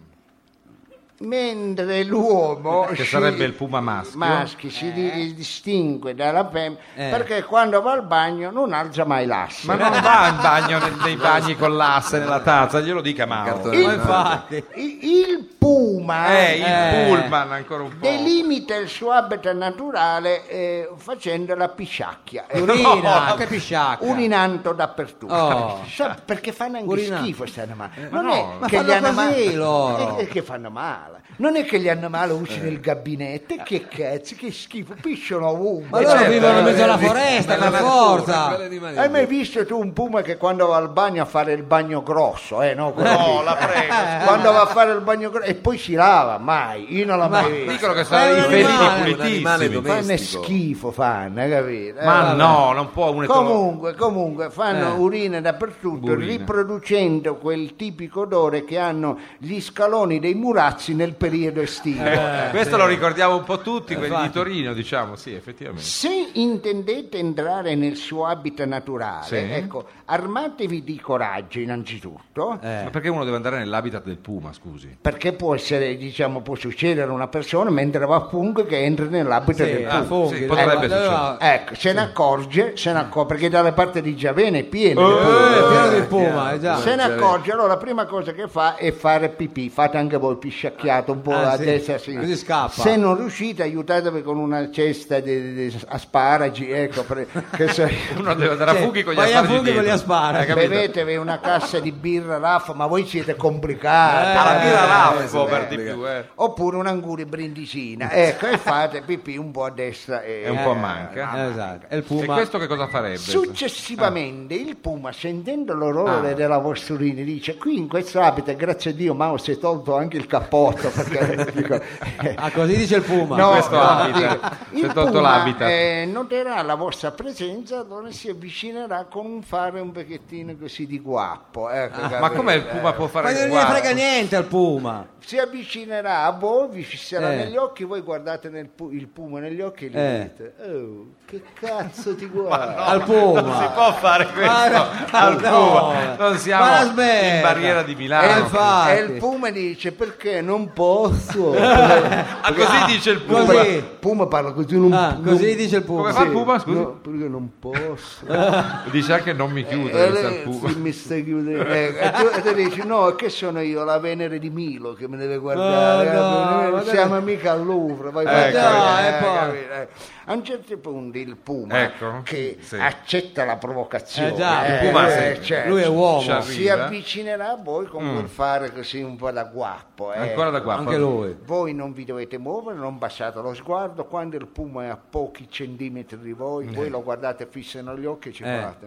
Mentre l'uomo che sarebbe il puma maschio. si distingue dalla femmina perché quando va al bagno non alza mai l'asse. Ma non va in bagno nei bagni con l'asse nella tazza, glielo dica Mao. Cartone. Ma infatti. Il puma Il pullman ancora un po'. delimita il suo habitat naturale facendo la pisciacchia. Urina, che pisciacca. Urinando dappertutto. Oh. Sa, perché fanno anche Urinando. schifo sti animali. Ma Non no, è ma che fanno gli animali così loro. che fanno male. Non è che gli animali usano il gabinetto, che cazzo, che schifo, pisciano ovunque. Ma loro certo, vivono in mezzo alla foresta, per forza. Hai mai visto tu un puma che quando va al bagno a fare il bagno grosso, no? No, la prego. Quando va a fare il bagno grosso e poi si lava, mai, io non l'ho mai visto. Dicono che sono È i un felini animale, un animale pulitissimi. domestico. Fanno schifo, hai capito? Ma Vabbè. no, non può un Comunque fanno urine dappertutto, Urina. riproducendo quel tipico odore che hanno gli scaloni dei murazzi nel periodo estivo. Questo lo ricordiamo un po' tutti, quelli di Torino, diciamo, sì, effettivamente. Se intendete entrare nel suo habitat naturale, Sì. ecco, armatevi di coraggio innanzitutto, Ma perché uno deve andare nell'habitat del puma, scusi? perché può essere, diciamo, può succedere a una persona mentre va a funghi che entra nell'habitat del puma. funghi. sì, potrebbe succedere. Ecco, se ne accorge, perché dalle parti di Giavene è pieno di Pieno di puma, già. Se ne accorge, allora la prima cosa che fa è fare pipì. Fate anche voi pisciacchiato un po' a sì. destra e a sinistra. Così scappa. Se non riuscite, aiutatevi con una cesta di asparagi, ecco, che so io. Uno deve andare a funghi con gli vai a asparagi funghi con gli dietro. asparagi. Hai capito? Bevetevi una cassa di birra Raff, ma voi siete complicati. Alla birra Raffo esatto. per di più, Oppure un'anguri brindisina, ecco, e fate pipì un po' a destra e un po' a manca. Esatto. E il E puma. questo che cosa farebbe? Successivamente il puma, sentendo l'orrore della vostra urina, dice: qui in questo habitat, grazie a Dio, Mao si è tolto anche il cappotto perché dico, Ah, così dice il puma. no, questo habitat, dico, si è il tolto puma l'habitat. noterà la vostra presenza, allora si avvicinerà con un fare un pochettino così di guappo, ecco, Ma capito? come il puma può Ma fare non il ne frega guardo? niente al puma. Si avvicinerà a voi, vi fisserà Eh. negli occhi, voi guardate il puma negli occhi e gli dite: oh, che cazzo ti guarda? Al puma. Si può fare questo al no. puma? Non siamo Ma la in smetta. barriera di E Milano. infatti. e il puma dice: perché non posso? Ah, così dice il puma. Così. Puma parla così, non, Ah, così dice il Come puma. fa il puma, scusi? no, perché non posso. Dice anche non mi chiudo, E questo è il lei puma. sì, mi stai chiudendo. E tu dici: no, che sono io, la Venere di Milo che mi deve guardare. No, no, Noi ma non siamo mica al Louvre. Vai Ecco, capito, poi. A un certo punto il puma Ecco, che sì. accetta la provocazione, già, il puma sì. certo, Lui è uomo. Ci arriva. si avvicinerà a voi con quel fare così un po' da guappo. Ancora da qua. Anche lui. Voi non vi dovete muovere, non bassate lo sguardo, quando il puma è a pochi centimetri di voi, voi lo guardate fisso negli occhi e ci fate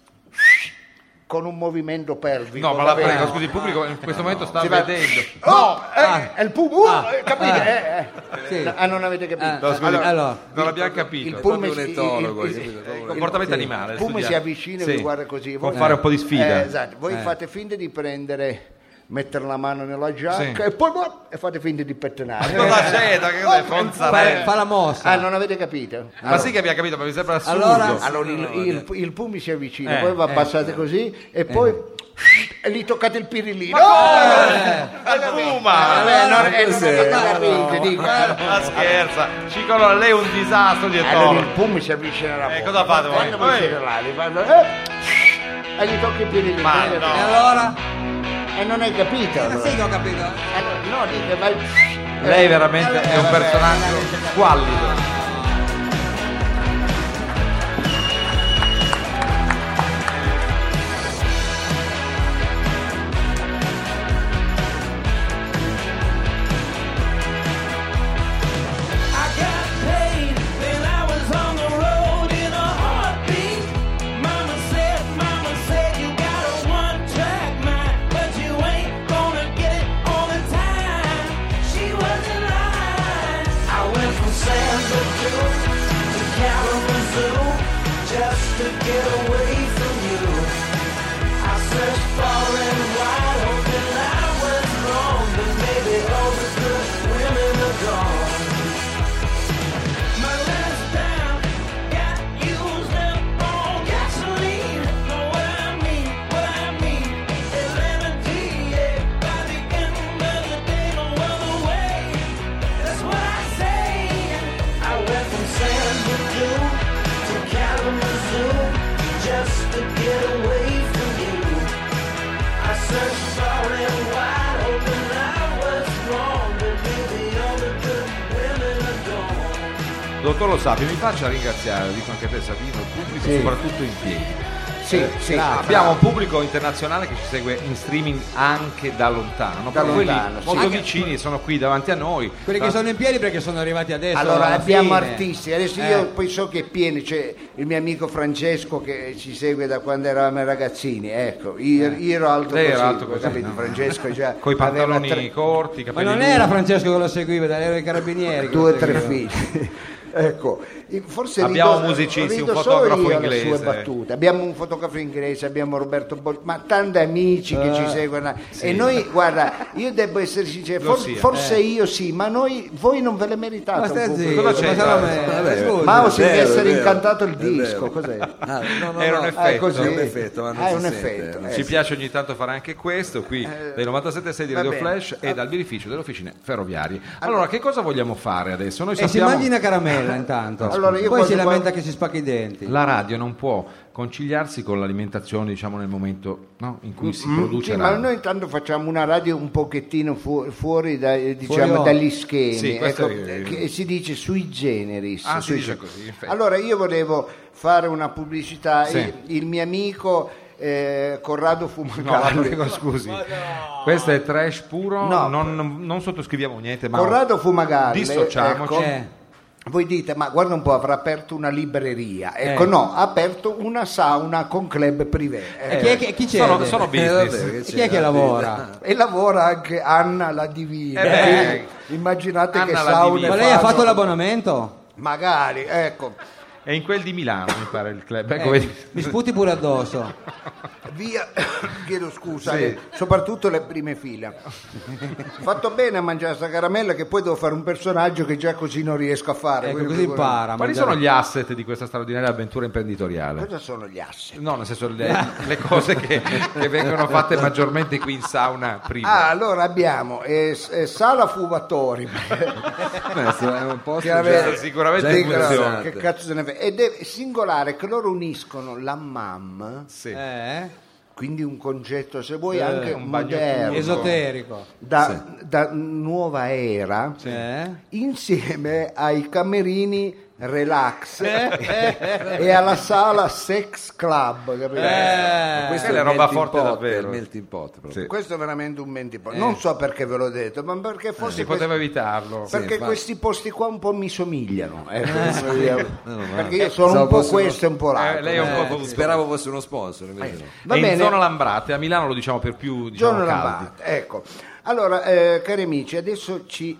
con un movimento pelvico. No, ma la capito? prego, scusi, il pubblico in questo momento sta Si va- vedendo. Oh, è il puma, capite? Sì. Non avete capito? No, scusi, Allora. non l'abbiamo capito. il È puma proprio un si- etologo, il- capito? il- comportamento il- animale, il puma si studiato. avvicina e Sì. vi guarda così. Può fare un po' di sfida. Esatto, voi fate finta di prendere, mettere la mano nella giacca Sì. e poi e fate finta di pettinare. Cosa c'è? Che cos'è? Fonzarello? Fa la mossa. Ah, non avete capito? Ma sì che abbiamo capito, ma mi sembra assurdo. Allora il puma si avvicina, Eh, poi va abbassate così e poi e gli toccate il pirillino. Al puma! Non avete capito, dico. Ma scherza, Cicolo, lei è un disastro di Allora il etologo. puma si avvicina alla cosa fate voi? Quando voi Voi? siete là, vi fanno, e gli tocca il pirillino. Ma no. E allora? E non hai capito. Allora. Sì che ho capito. Allora, no, dico, vai. Lei veramente è un personaggio squallido. I got paid when I was on the road in a heartbeat. Mama said you got a one-track mind, but you ain't gonna get it all the time. She wasn't lying. dottor Lo Sapio, mi faccia ringraziare, lo dico anche a te Savino, il pubblico, Sì. soprattutto in piedi. Sì, Abbiamo un pubblico internazionale che ci segue in streaming anche da lontano, Da però quelli lontano, sì. molto vicini sono qui davanti a noi. Quelli che sono in piedi perché sono arrivati adesso. Allora alla abbiamo fine. artisti, adesso io poi so che è pieno, c'è il mio amico Francesco che ci segue da quando eravamo ragazzini, ecco, io ero alto Lei così, era alto così, capito? no? Francesco già Coi aveva pantaloni corti, Ma capelli non lunghi. era Francesco che lo seguiva, erano i carabinieri. che due o lo tre seguivano. figli. Ecco, forse Abbiamo musicisti, rido un solo fotografo io alle inglese. sue battute. Abbiamo un fotografo inglese, abbiamo Roberto Bocci, ma tanti amici che ci seguono. E noi, guarda, io devo essere sincero, forse io sì, ma voi non ve le meritate. Ma stai un po' zitto, Cosa c'è? ma sarà me- Vabbè, scusi. Mao si deve Vero, essere vero. incantato il È disco, vero. cos'è? No, Era un no, effetto. così. è un effetto, ma non È si un sente. effetto, Ci piace ogni tanto fare anche questo qui dei 97.6 di Va Radio bene. Flash e dal birrificio delle officine ferroviarie. Allora, che cosa vogliamo fare adesso? Noi E si sappiamo mangi una caramella intanto. Allora, io Poi si quando- lamenta che si spacca i denti. la radio non può conciliarsi con l'alimentazione, diciamo, nel momento, no, in cui si produce Sì, ma radio. noi intanto facciamo una radio un pochettino fuori diciamo, Fuori dagli schemi, Sì, questo ecco, è- che si dice sui generis. Ah, si sui dice gen- così, in effetti. Allora io volevo fare una pubblicità, Sì. il mio amico Corrado No, Fumagalli. la prego, scusi. Questo è trash puro, No. non sottoscriviamo niente, ma Corrado Fumagalli, dissociamoci. ecco, voi dite, ma guarda un po', avrà aperto una libreria. Ecco, no, ha aperto una sauna con club privé. Chi c'è? sono business. vabbè, che E chi è che lavora? E lavora anche Anna la Divina. Eh beh, Immaginate Anna che la saune Divina. Ma lei ha fanno. fatto l'abbonamento? Magari, ecco. È in quel di Milano, mi pare il club. Ecco, vedi. Mi sputi pure addosso. Via, chiedo scusa, soprattutto le prime file. Fatto bene a mangiare sta caramella che poi devo fare un personaggio che già così non riesco a fare. Ecco, quindi così figurati. impara. a Quali mangiare. sono gli asset di questa straordinaria avventura imprenditoriale? Cosa sono gli assi? No, nel senso le cose che vengono fatte maggiormente qui in sauna prima. Ah, allora abbiamo Sala Fumatori. Questo è un posto Chiaramente, già- sicuramente già funziona. interessante. che cazzo se ne frega. Ed è singolare che loro uniscono l'hammam, Sì. quindi un concetto, se vuoi, anche un bagno moderno, Esoterico. da nuova era, insieme ai camerini relax e alla sala sex club, capito? Questa è la roba forte davvero. Il melting pot proprio. Sì. Questo è veramente un mentipò. Non so perché ve l'ho detto, ma perché forse Si poteva evitarlo. perché infatti. questi posti qua un po' mi somigliano, ecco. No, Perché io sono un po' questo e un po' l'altro. lei è un po' tutto. Speravo fosse uno sponsor, invece no. Va È in bene. zona Lambrate, a Milano lo diciamo per più, diciamo, Giorno caldi. Lambrate, ecco. Allora, cari amici, adesso ci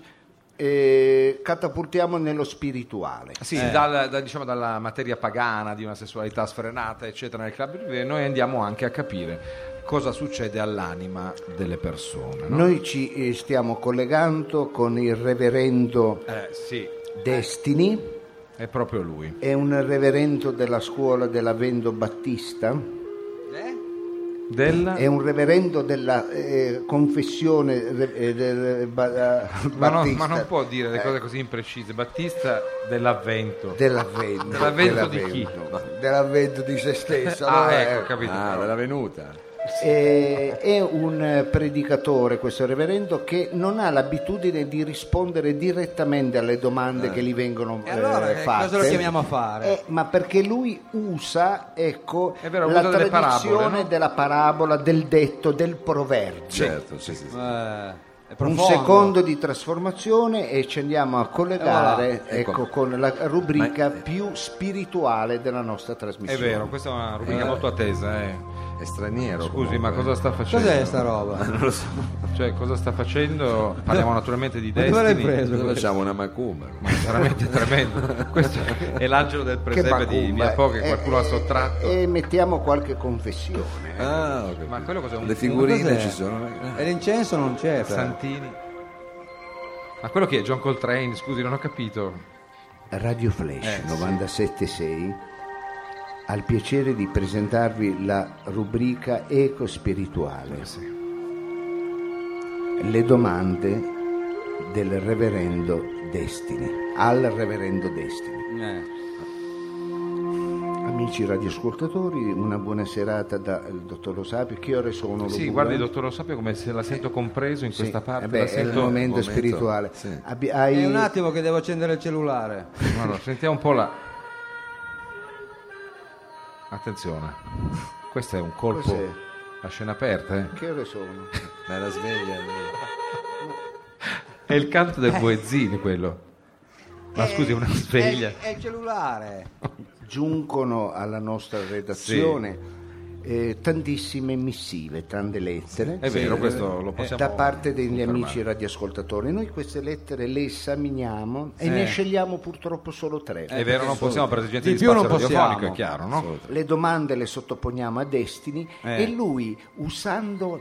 catapultiamo nello spirituale. Sì, diciamo dalla materia pagana di una sessualità sfrenata, eccetera, nel club privé, noi andiamo anche a capire cosa succede all'anima delle persone. No? Noi ci stiamo collegando con il reverendo Sì, Destini, è proprio lui. è un reverendo della scuola dell'Avendo Battista, è un reverendo della confessione Ma battista. non può dire le cose così imprecise. Battista dell'Avvento. Dell'Avvento. Dell'Avvento di chi? Dell'Avvento di se stesso. Ah, Allora, ecco, capito. Ah, ve l'ha venuta. È un predicatore, questo reverendo, che non ha l'abitudine di rispondere direttamente alle domande che gli vengono E allora fatte. cosa lo chiamiamo a fare? Ma perché lui usa, ecco, È vero, la usa delle tradizione parabole, no? della parabola, del detto, del proverbio. Certo, sì. È Un profondo. secondo di trasformazione e ci andiamo a collegare voilà, ecco. con la rubrica più spirituale della nostra È trasmissione. vero, questa è una rubrica molto attesa. È straniero. Scusi, comunque. ma cosa sta facendo? Cos'è sta roba? Non lo so. Cioè, cosa sta facendo? Parliamo naturalmente di Ma dove l'hai Destiny. preso? Noi facciamo una macumba. Ma è veramente tremendo. Questo è l'angelo del Che presepe di macumba, Via Po che qualcuno ha sottratto. E mettiamo qualche confessione. Ah, ho capito. Ma quello cos'è? Un Le figurine Cos'è? ci sono. E l'incenso non c'è. però. Santini? Ma quello chi è? John Coltrane? Scusi, non ho capito. Radio Flash Sì. 97.6 ha il piacere di presentarvi la rubrica Eco Spirituale. Le domande del reverendo Destiny, al reverendo Destiny. Amici radioascoltatori, una buona serata dal dottor Lo Sapio. Che ore sono? Sì, guardi, dottor Lo Sapio, come se la sento compreso in questa parte. Beh, la è sento... il momento spirituale. sì. Hai... È un attimo che devo accendere il cellulare. Allora, sentiamo un po' la... Attenzione, questo è un colpo Cos'è? a scena aperta, eh? Che ore sono? Ma era sveglia. È il canto del Boezzini quello. Ma scusi, una sveglia. È il cellulare. Giungono alla nostra redazione tantissime missive, tante lettere. È vero, questo lo possiamo da parte degli confermare. amici radioascoltatori. Noi queste lettere le esaminiamo e ne scegliamo purtroppo solo 3. È vero, non possiamo per esigenze Di di più spazio non possiamo. radiofonico, è chiaro, no? Le domande le sottoponiamo a Destiny e lui, usando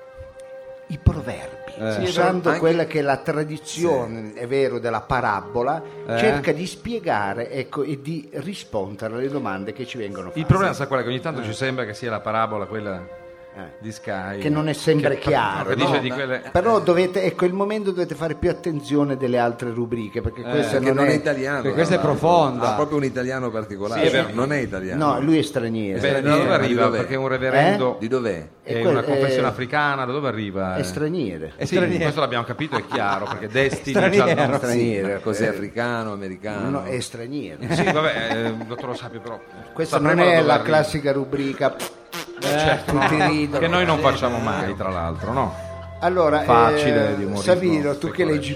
i proverbi, usando anche- quella che è la tradizione, è vero, della parabola, cerca di spiegare, ecco, e di rispondere alle domande che ci vengono fatte. Il problema sa qual è? Che ogni tanto ci sembra che sia la parabola quella di Sky. Che non è sempre chiaro, Che dice no? di quelle... Però dovete, ecco, il momento dovete fare più attenzione delle altre rubriche, perché questa Perché non è italiano. italiano. Perché questa è tra l'altro. profonda. Ha proprio un italiano particolare. Sì, è vero. Non è italiano. No, lui è straniero. Beh, da dove arriva? dov'è? Perché è un reverendo... Di dov'è? È E quel- una confessione è- africana, da dove arriva? È straniero. Sì, questo l'abbiamo capito, è chiaro, perché Destiny Straniero. c'ha il nome- Straniero. Cos'è africano, americano? No, è straniero. Sì, vabbè, dottor Lo Sapio, però... Questa sapremo non da è dove la arriva. classica rubrica. Certo, tutti no, ridono. che noi non facciamo mai, tra l'altro, no? Allora, Facile di umorismo Savino, tu che speculare. leggi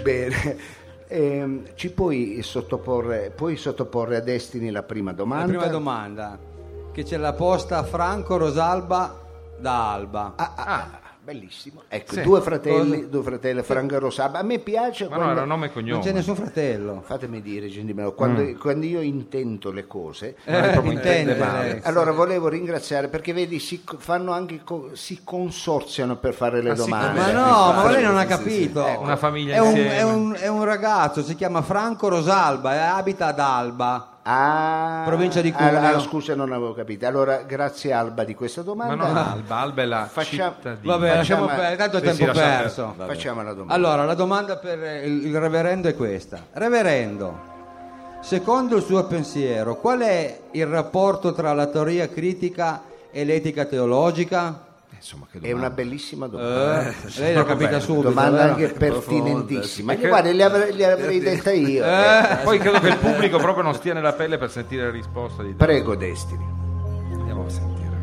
bene, ci puoi sottoporre a Destiny la prima domanda? La prima domanda, che ce l'ha posta Franco Rosalba da Alba. Bellissimo. Ecco, Sì. due fratelli, Franco e Rosalba. A me piace Ma no, quando... era nome e Non c'è cognome. nessun fratello. Fatemi dire, gentilmente, quando io intendo le cose, Non è proprio intende intende male. lei. allora volevo ringraziare perché vedi fanno anche si consorziano per fare le Ah, sì, domande. Ma no, ma lei non ha capito. Una famiglia È un, insieme. è un ragazzo, si chiama Franco Rosalba e abita ad Alba. Provincia di Cuneo. Scusa, non avevo capito. Allora, grazie Alba di questa Ma domanda. non Alba, Alba è la Facciamo- cittadina. Vabbè, lasciamo Facciamo- perdere, tanto è Sì, sì, tempo lasciamo perso. Facciamo la domanda. Allora, la domanda per il reverendo è questa. Reverendo, secondo il suo pensiero, qual è il rapporto tra la teoria critica e l'etica teologica? Insomma, che È domanda. una bellissima domanda. Lei l'ha capita subito, Domanda vero? anche pertinentissima. Profonda, sì. Guarda, le avrei detta io. Poi credo che il pubblico proprio non stia nella pelle per sentire la risposta di Prego, Destiny. Andiamo a sentire.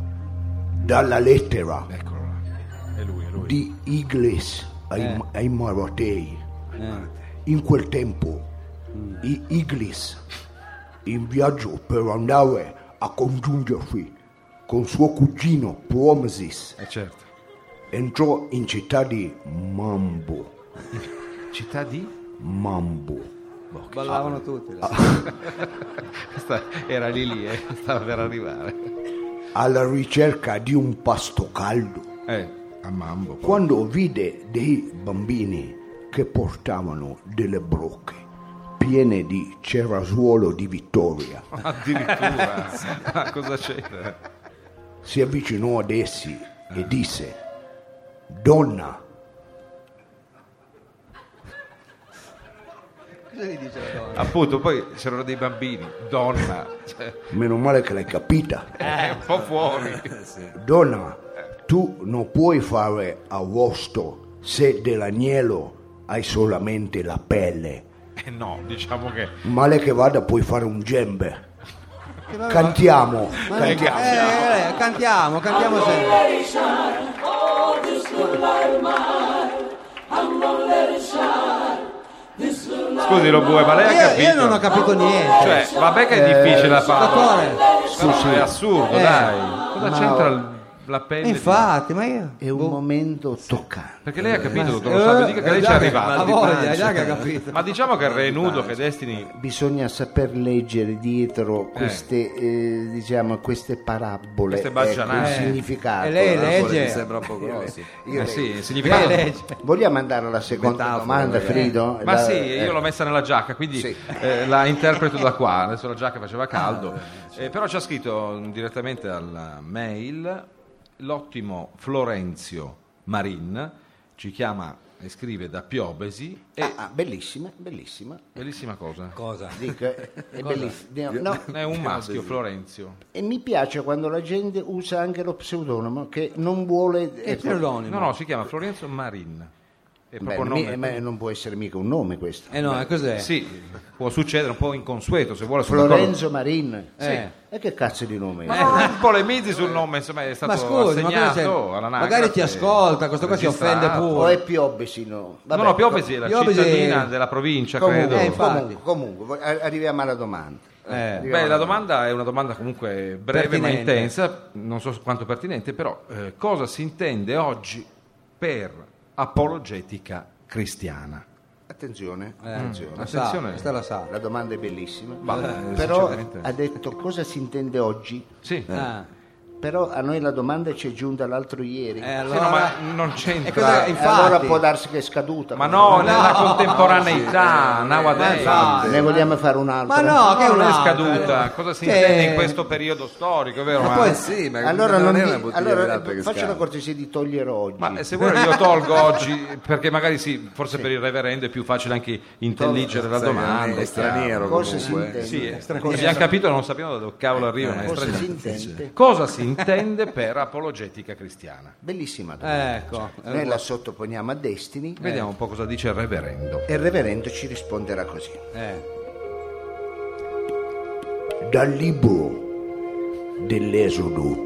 Dalla lettera Eccolo là. È lui, è lui. di Igles ai Maratei. In quel tempo, Igles, in viaggio per andare a congiungersi con suo cugino Promesis, Certo. entrò in città di Mambo. Città di? Mambo. Ballavano tutti. là. Questa era lì, stava per arrivare. Alla ricerca di un pasto caldo. A Mambo. Quando vide dei bambini che portavano delle brocche piene di cerasuolo di vittoria, Addirittura. Ma cosa c'è? si avvicinò ad essi e disse: Donna, Cosa gli dice la donna? Appunto, poi c'erano dei bambini, donna, cioè, meno male che l'hai capita, è un po' fuori. donna, tu non puoi fare arrosto se dell'agnello hai solamente la pelle. No, diciamo che Male che vada puoi fare un gembe. Cantiamo. Cantiamo sempre. scusi Lobue, ma lei ha capito? Io non ho capito niente. Cioè, vabbè che è difficile la parola. Dottore, È assurdo, dai. Cosa c'entra la pelle? infatti, ma io... È un momento toccante. Perché lei ha capito, dottor Lo Sapio, dica che lei ci è A arrivato. voglia, già che ha capito. Ma diciamo che il re nudo, che Destiny... Bisogna saper leggere dietro queste, diciamo, queste parabole, Queste baggianate. il significato. E lei no? legge? Mi sembra un po' grosso. sì, il Lei significato... legge. Vogliamo andare alla seconda Metafora, domanda, magari. Frido? Ma sì, io l'ho messa nella giacca, quindi Sì. la interpreto da qua. Adesso la giacca faceva caldo, però ci ha scritto direttamente alla mail l'ottimo Florenzio Marin, ci chiama e scrive da Piobesi. Bellissima, bellissima. Bellissima cosa. Cosa? Dico, è bellissima. No, È un maschio, Florenzio. e mi piace quando la gente usa anche lo pseudonimo, che non vuole... È pseudonimo. No, si chiama Florenzo Marin. È Beh, proprio nome. ma non può essere mica un nome questo. No, cos'è? Sì, può succedere un po' inconsueto, se vuole. Florenzo Marin. Sì. E che cazzo di nome? Ma non polemizzi sul nome, insomma, è stato Ma scusi, assegnato all'anagrafe. magari ti ascolta, questo qua si offende registrato. O pure. è Piobesi, no? Vabbè, No, Piobesi è la Piobesi- cittadina della provincia, credo. infatti. comunque, arriviamo alla domanda. Beh, la domanda è una domanda comunque breve Pertinente. ma intensa, non so quanto pertinente, però cosa si intende oggi per apologetica cristiana? Attenzione, La Attenzione. sa, questa la sa. la domanda è bellissima. Ma, Però sinceramente. ha detto cosa si intende oggi. Sì. Però a noi la domanda ci è giunta l'altro ieri. Sì, Allora, no, ma non e c'entra. cosa- E infatti- allora può darsi che è scaduta. Ma no, nella contemporaneità, nowadays. infatti. Ne vogliamo fare un'altra? Ma no, che Non è un'altra. scaduta. Cosa si Che- intende in questo periodo storico, vero? Ma, Sì, ma Allora, non non è di- una bottiglia di allora, latte che faccia la scade. cortesia di togliere oggi. ma se vuole io tolgo oggi, perché magari sì, forse per il reverendo è più facile anche intelligere la domanda. È straniero Cosa si comunque. intende? Sì, abbiamo capito, non sappiamo da dove cavolo arrivano. è Cosa straniero. si intende? Cosa si intende per apologetica cristiana? Bellissima domanda. Ecco. Noi la sottoponiamo a Destiny Vediamo un po' cosa dice il reverendo. e il reverendo ci risponderà così. Dal libro dell'Esodo.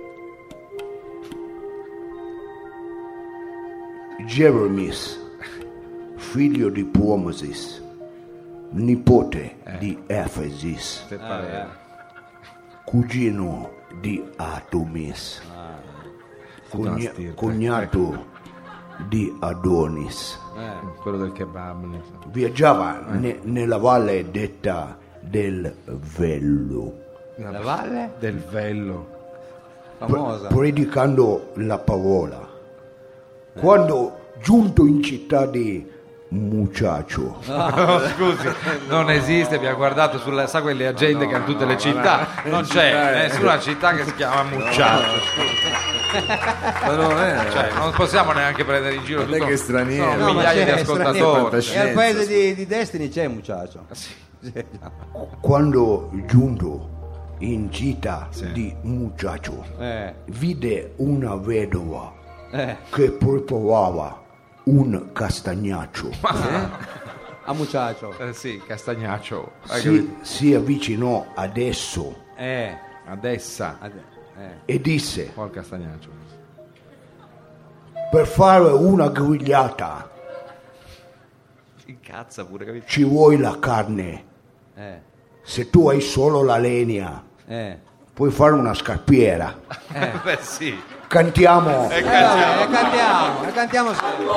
Geremis, figlio di Puomosis, nipote di Efesis, Se pare- cugino di Atomis, Futastir, cognato di Adonis. quello del kebab. ne so. Viaggiava nella valle detta del Vello, La valle? Del vello. Famosa. predicando la parola. Quando giunto in città di Muchacho, No, scusi, non esiste, abbiamo guardato sulla, sa quelle agende che hanno tutte le città, non c'è nessuna città che si chiama Mucciato, Ma non è. cioè non possiamo neanche prendere in giro Non è tutto, che è straniero. sono No, ma migliaia di c'è ascoltatori. straniero. E al paese di Destiny c'è un muchacho. quando giunto in città di Muchacho, vide una vedova che preparava un castagnaccio. A muchacho. Sì, Castagnaccio. Si avvicinò ad esso Adessa, e disse: poi il Castagnaccio. per fare una grigliata Incazza pure, capito? ci vuoi la carne, se tu hai solo la legna puoi fare una scarpiera. Beh sì. Cantiamo. Cantiamo. E cantiamo.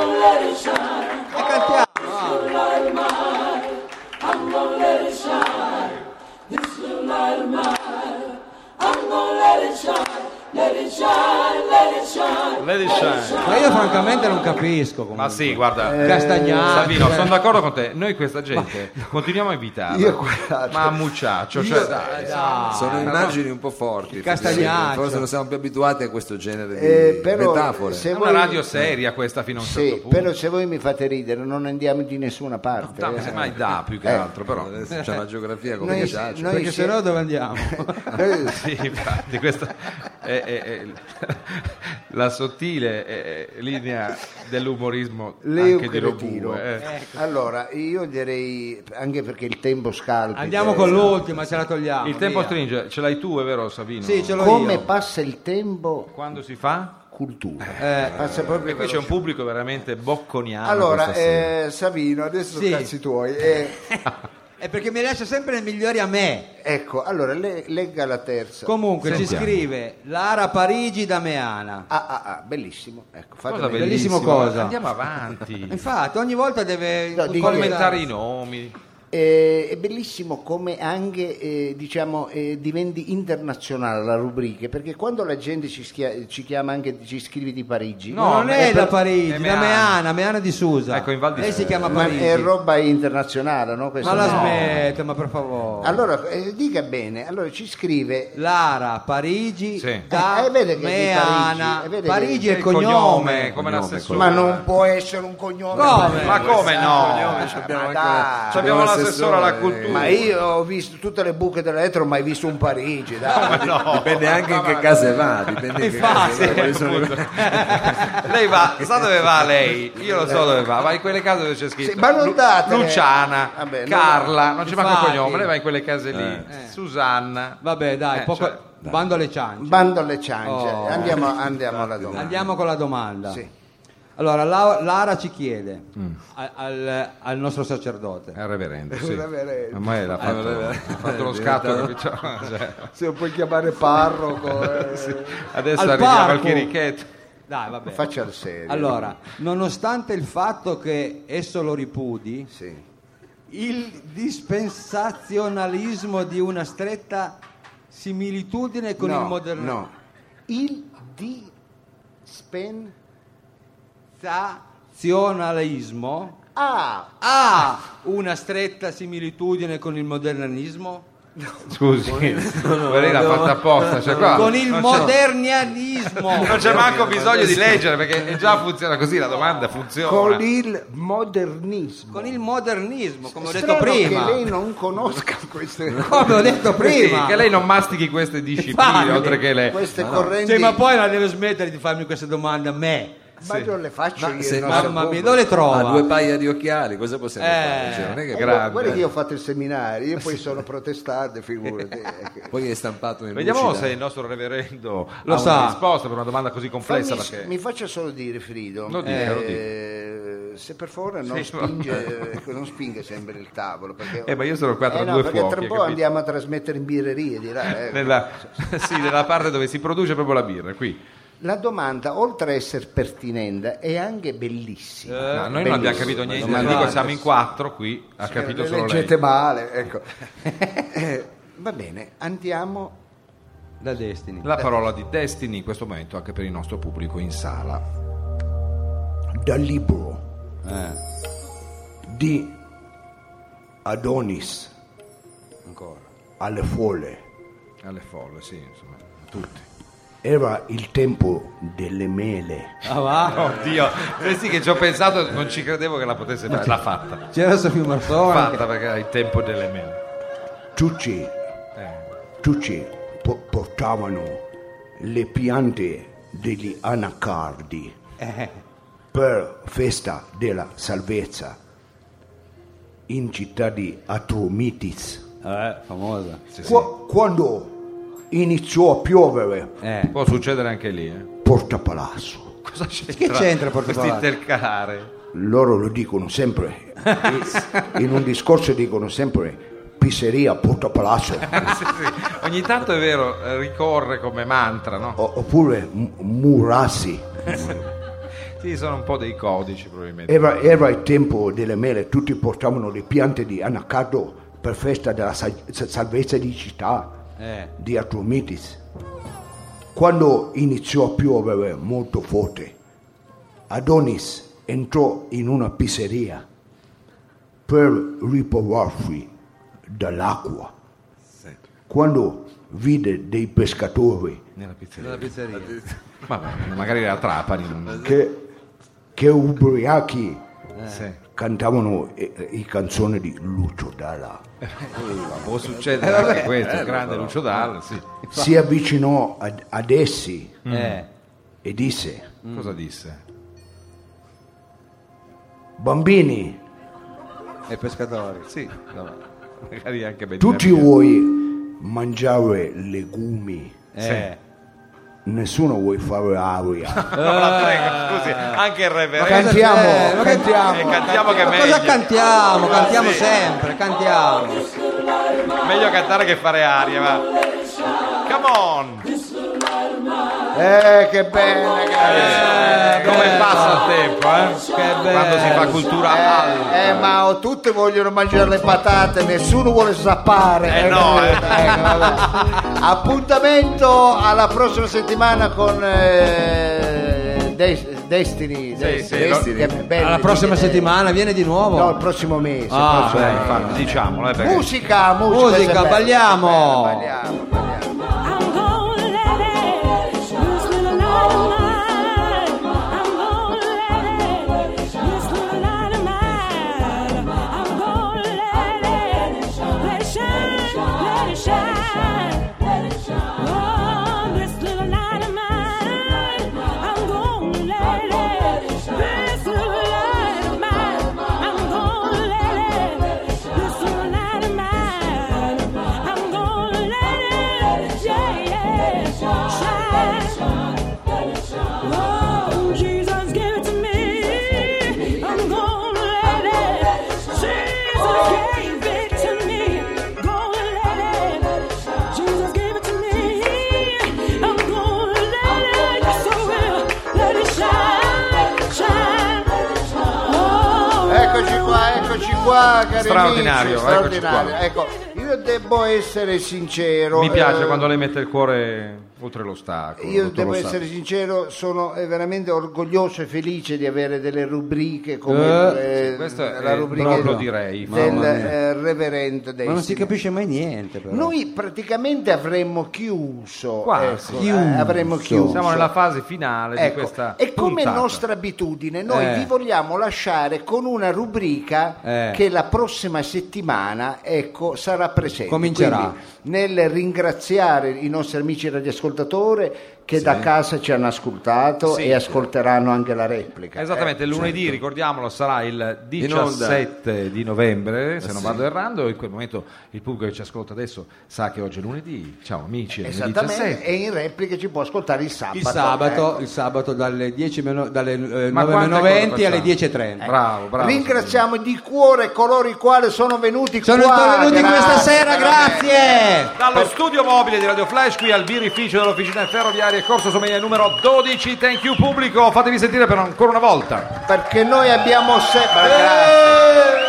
Lady Shine. Ma io francamente non capisco. Comunque. Ma sì, guarda, Castagnaccio. Savino, sono d'accordo con te. Noi questa gente continuiamo a invitarla. Io guarda, Ma a Mucciaccio, cioè, Sono immagini un po' forti. Castagnaccio. Forse non siamo più abituati a questo genere di però, metafore. se è una voi- radio seria questa fino a un Sì, certo punto. però se voi mi fate ridere non andiamo di nessuna parte. No, semmai dà più che altro, però. Adesso c'è una geografia come Noi- Mucciaccio. noi- Perché sennò dove andiamo? Sì, infatti, questa è la sottile linea dell'umorismo Leo anche di Cretino. Robue. Allora, io direi, anche perché il tempo scalpita. Andiamo con l'ultima, ce la togliamo. Il tempo via. stringe, ce l'hai tu, è vero Savino? Sì, ce l'ho Come io. passa il tempo, Quando si fa? cultura. Passa proprio E qui c'è un pubblico veramente bocconiano. Allora, questa sera. Savino, adesso Sì. sono cazzi tuoi. È perché mi lascia sempre nel migliori a me. Ecco, allora legga la terza. Comunque Sentiamo. ci scrive Lara Parigi da Meana. Bellissimo. Ecco, Cosa fatemi- bellissimo cosa. Andiamo avanti. Infatti, ogni volta deve No, dico- Commentare i nomi. È bellissimo come anche diciamo, diventi internazionale la rubrica, perché quando la gente ci chiama anche, ci scrive di Parigi, No, non è da Parigi, è da Meana di Susa. Ecco, in Val di Lei si Susa. chiama ma Parigi. è roba internazionale, no? Questo Ma la no. smetta, ma per favore. Allora dica bene, allora ci scrive Lara, Parigi, Sì. da vede che è di Meana. Parigi, vede Parigi che- è il cognome. come l'assessore. ma non può essere un cognome. Come? Ma come no? Abbiamo Ma anche dai. Abbiamo l'assessore alla cultura. Ma io ho visto tutte le buche della lettere, ho mai visto un Parigi, dai. Dipende anche in che case va, dipende in che Infatti, case va. Quali sono Lei va, sa dove va lei? Io lo so dove va in quelle case dove c'è scritto Sì, ma non date- Luciana, Vabbè, non- Carla, non c'è manco il Infatti. cognome, lei va in quelle case lì, Susanna. Vabbè, dai, poco... cioè, bando alle ciance. Bando alle ciance. Oh. Andiamo alla domanda. Andiamo con la domanda. Sì. Allora, Lara ci chiede al nostro sacerdote. È il reverendo, sì. Il reverendo. Ormai ha fatto lo scatto, capito? Cioè, Se lo puoi chiamare parroco, adesso Al arriviamo al parco. chierichetto. Dai, vabbè. faccia il serio. Allora, nonostante il fatto che esso lo ripudi, Sì. il dispensazionalismo di una stretta similitudine con il modernismo No. Il Nazionalismo ha una stretta similitudine con il modernismo? Scusi, lei l'ha fatta apposta, cioè qua Con il non c'è- modernismo? non c'è manco bisogno di leggere perché già funziona così, la domanda funziona. Con il modernismo. Con il modernismo, come ho detto Strano prima. che lei non conosca queste, Come ho detto Sì, prima. che lei non mastichi queste discipline Infatti. oltre che le queste correnti. Sì, ma poi la deve smettere di farmi queste domande a me. Ma non le faccio Ma io. se- no, Mamma so mia, come. dove le trova? Ha due paia di occhiali, cosa possiamo fare? Cioè, non è che Guarda che io ho fatto il seminario, io poi sono protestante, figurati. poi è stampato in Vediamo lucida. se il nostro reverendo Lo ha sa. una risposta per una domanda così complessa perché... Mi faccia solo dire, Frido, Lo dica, lo se per favore non, Sì, non spinge sempre il tavolo. Perché, ma io sono qua tra no, due perché fuochi, tra un po' capito? andiamo a trasmettere in birrerie di là. Sì, nella parte dove si produce proprio la birra, qui. La domanda, oltre a essere pertinente, è anche bellissima. No, noi non abbiamo capito niente, domanda- dico, siamo in 4 qui, ha capito Le solo lei. leggete male, ecco. Va bene, andiamo. Da Destiny. La parola di Destiny in questo momento anche per il nostro pubblico in sala. Dal libro di Adonis Ancora. alle folle. Alle folle, sì, insomma, a tutti. Era il tempo delle mele. Ah, va? Oddio, sì che ci ho pensato, non ci credevo che la potesse fare, l'ha fatta. C'era Sofì Marsone. Fatta perché era il tempo delle mele. Tutti portavano le piante degli anacardi per festa della salvezza in città di Atromitis. Famosa. Quando iniziò a piovere, Può succedere anche lì, Porta Palazzo. Cosa c'entra? Che c'entra Porta questi Palazzo? intercalare? Loro lo dicono sempre, in un discorso dicono sempre pizzeria Porta Palazzo, Sì, sì. Ogni tanto è vero, ricorre come mantra, no? oppure Murassi. Sì, sono un po' dei codici probabilmente. Era il tempo delle mele, tutti portavano le piante di anacardo per festa della salvezza di città di Atromitis. Quando iniziò a piovere molto forte, Adonis entrò in una pizzeria per riposarsi dall'acqua. Quando vide dei pescatori Nella pizzeria. Nella pizzeria. Vabbè, magari era Trapani. Non... che ubriachi Sì. cantavano i canzoni di Lucio Dalla, Può succedere anche questo, grande Lucio Dalla, sì. si avvicinò ad essi e disse: Cosa disse? bambini, E pescatori. Sì, vabbè. Magari anche ben tutti voi mangiare legumi, nessuno vuoi fare aria. La prego, scusi, anche il reverendo. Cantiamo, cantiamo. Cantiamo che è Ma meglio. cosa cantiamo? Cantiamo sempre, cantiamo. Meglio cantare che fare aria, va. Come on! Che bello, come passa il tempo, Che bello. quando si fa cultura alta. ma tutti vogliono mangiare le patate, nessuno vuole zappare. Vabbè. Appuntamento alla prossima settimana con Destiny. Destiny. Che belli, Alla prossima dite- settimana viene di nuovo. No, il prossimo mese. Ah, il prossimo mese. Infatti, diciamolo, perché Musica, Musica, se bello, balliamo. se bello, balliamo. I'm gonna let it, this little light of mine. I'm gonna let it, this little light of mine. I'm gonna let it shine, let it shine, let it shine. Oh, this little light of mine. I'm gonna let it, this little light of mine. I'm gonna let it, this little light of mine. I'm gonna let it, yeah, shine. Oh, Jesus gave it to me. I'm gonna let it. Jesus gave it to me. Gonna let it. Jesus gave it to me. I'm gonna let it. So will let it shine, shine. Oh, Eccoci qua, cari Straordinario, amici, straordinario. eccoci Ecco, io devo essere sincero. mi piace quando lei mette il cuore oltre l'ostacolo. Io dottor devo Lo Sapio. essere sincero, sono veramente orgoglioso e felice di avere delle rubriche come questo è la rubrica proprio direi, del mamma mia. Reverend Destiny. Ma non si capisce mai niente, però. Noi praticamente avremmo chiuso, Quasi. avremmo chiuso. Siamo nella fase finale di Ecco, questa e come puntata. nostra abitudine noi vi vogliamo lasciare con una rubrica Eh. che la prossima settimana sarà presente. Comincerà. Quindi, nel ringraziare i nostri amici radioascoltatori che da casa ci hanno ascoltato Sì. e ascolteranno anche la replica. Esattamente, lunedì, ricordiamolo, sarà il In onda. 17 di novembre, se non vado errando. In quel momento il pubblico che ci ascolta adesso sa che oggi è lunedì. Ciao amici, è lunedì Esattamente, 17. e in replica ci può ascoltare il sabato. Ecco. Il sabato dalle 10 dalle Ma quante 9:20 cose alle facciamo? 10:30. Bravo. Ringraziamo di cuore coloro i quali sono venuti Sono qua. intervenuti grazie, questa sera, veramente. grazie. Dallo studio mobile di Radio Flash, qui al birrificio dell'officina ferroviaria Corso Somegna numero 12. Thank you pubblico, fatevi sentire per ancora una volta. Perché noi abbiamo sempre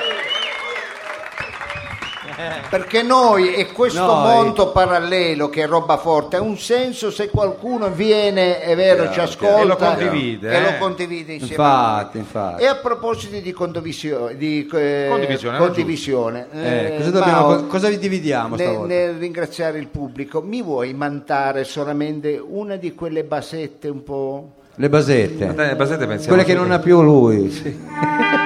perché noi e questo Noi. mondo parallelo che è roba forte ha un senso se qualcuno viene, è vero, ci ascolta E lo condivide, e lo eh. condivide insieme a noi. Infatti. E a proposito di condivisione, Condivisione, Cosa vi dividiamo stavolta? nel ringraziare il pubblico, mi vuoi mantare solamente una di quelle basette un po'? Le basette. Basette pensiamo Quelle che non ha più lui.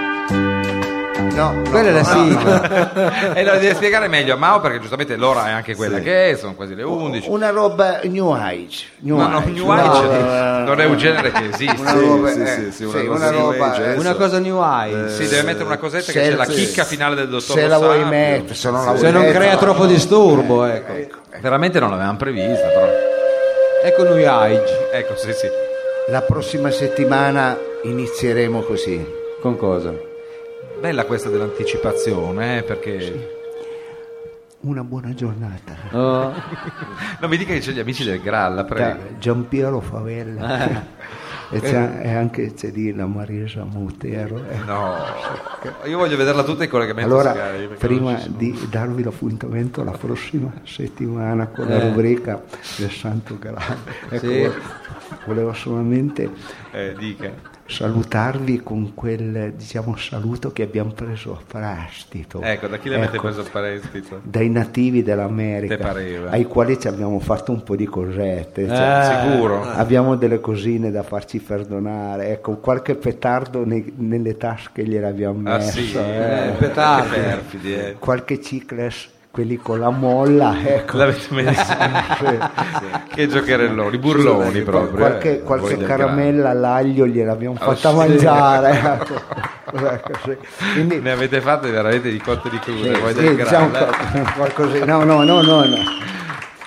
No, Quella è la sigla. E lo devi spiegare meglio a Mao, perché giustamente l'ora è anche quella che è, sono quasi le 11. una roba New Age. New Age non è un genere che esiste. Una roba, sì, una cosa una New roba, Age, Una cosa new age. Si deve mettere una cosetta che se- c'è la se- chicca finale del dottor se Lo la vuoi Sapio. mettere, se non la vuoi Se non mettere, crea no. troppo disturbo, ecco. Veramente non l'avevamo prevista, però. Ecco new age. Ecco, sì. La prossima settimana inizieremo così. Con cosa? Bella questa dell'anticipazione, perché Una buona giornata. Oh. non mi dica che c'è gli amici del Gralla, Da prego. Giampiero Favella e anche c'è di la Marisa Montero. No, io voglio vederla tutta in collegamento Allora, Sky, perché prima non ci sono. di darvi l'appuntamento la prossima settimana con la rubrica del Santo Graal, ecco, Sì. volevo solamente Dica. salutarvi con quel saluto che abbiamo preso a prestito. Ecco, da chi l'avete Ecco, preso a prestito? dai nativi dell'America, Te pareva? ai quali ci abbiamo fatto un po' di cosette, cioè, Sicuro? abbiamo delle cosine da farci perdonare, ecco, qualche petardo nelle tasche gliel'abbiamo Ah messo, sì, petardi. che perfidi, qualche cicles, quelli con la molla, ecco. L'avete messo? Sì. Che giocherelloni, burloni proprio. Qualche Voi del caramella all'aglio gliel'abbiamo fatta sì. mangiare, ecco. Ecco, sì. Quindi Ne avete fatte veramente di cotte di crude, voi sì, del diciamo Gralla. qualcosina. No.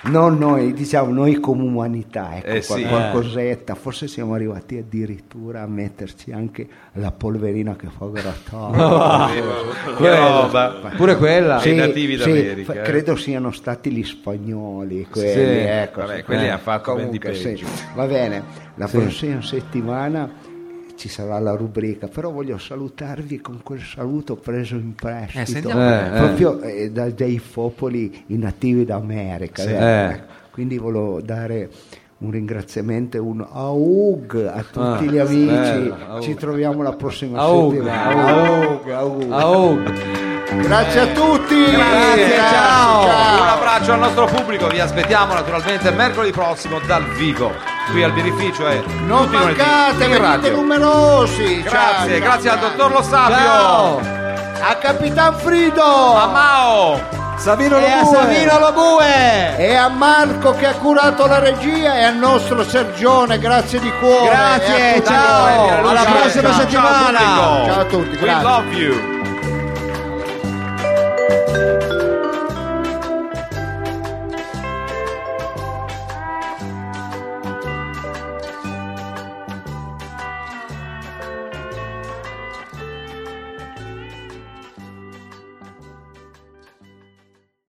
Non noi, diciamo noi come umanità, ecco, Sì. qualcosetta, forse siamo arrivati addirittura a metterci anche la polverina che fa grattare. Che roba. Pure quella. Sì. nativi d'America, credo siano stati gli spagnoli quelli, Sì. ecco. Vabbè, quelli hanno fatto ben di Comunque, peggio. va bene, la prossima settimana ci sarà la rubrica, però voglio salutarvi con quel saluto preso in prestito sentiamo. proprio dai popoli i nativi d'America. Ecco. Quindi volevo dare un ringraziamento, un aug a tutti gli amici. bello, aug. Ci troviamo la prossima Aug, settimana. Aug. Grazie a tutti. Grazie, ciao. Un abbraccio al nostro pubblico, vi aspettiamo naturalmente mercoledì prossimo dal vivo qui al birrificio. Non tutti i lunedì mancate, in venite radio. numerosi. Grazie, grazie al dottor Lo Sapio, Ciao. A Capitan Frido. a Mao, Savino E a Savino Lobue. E a Marco che ha curato la regia e al nostro Sergione, grazie di cuore. Grazie, E a tutti ciao. voi. Alla Luce. prossima Ciao, settimana. pubblico. Ciao a tutti, We grazie. love you.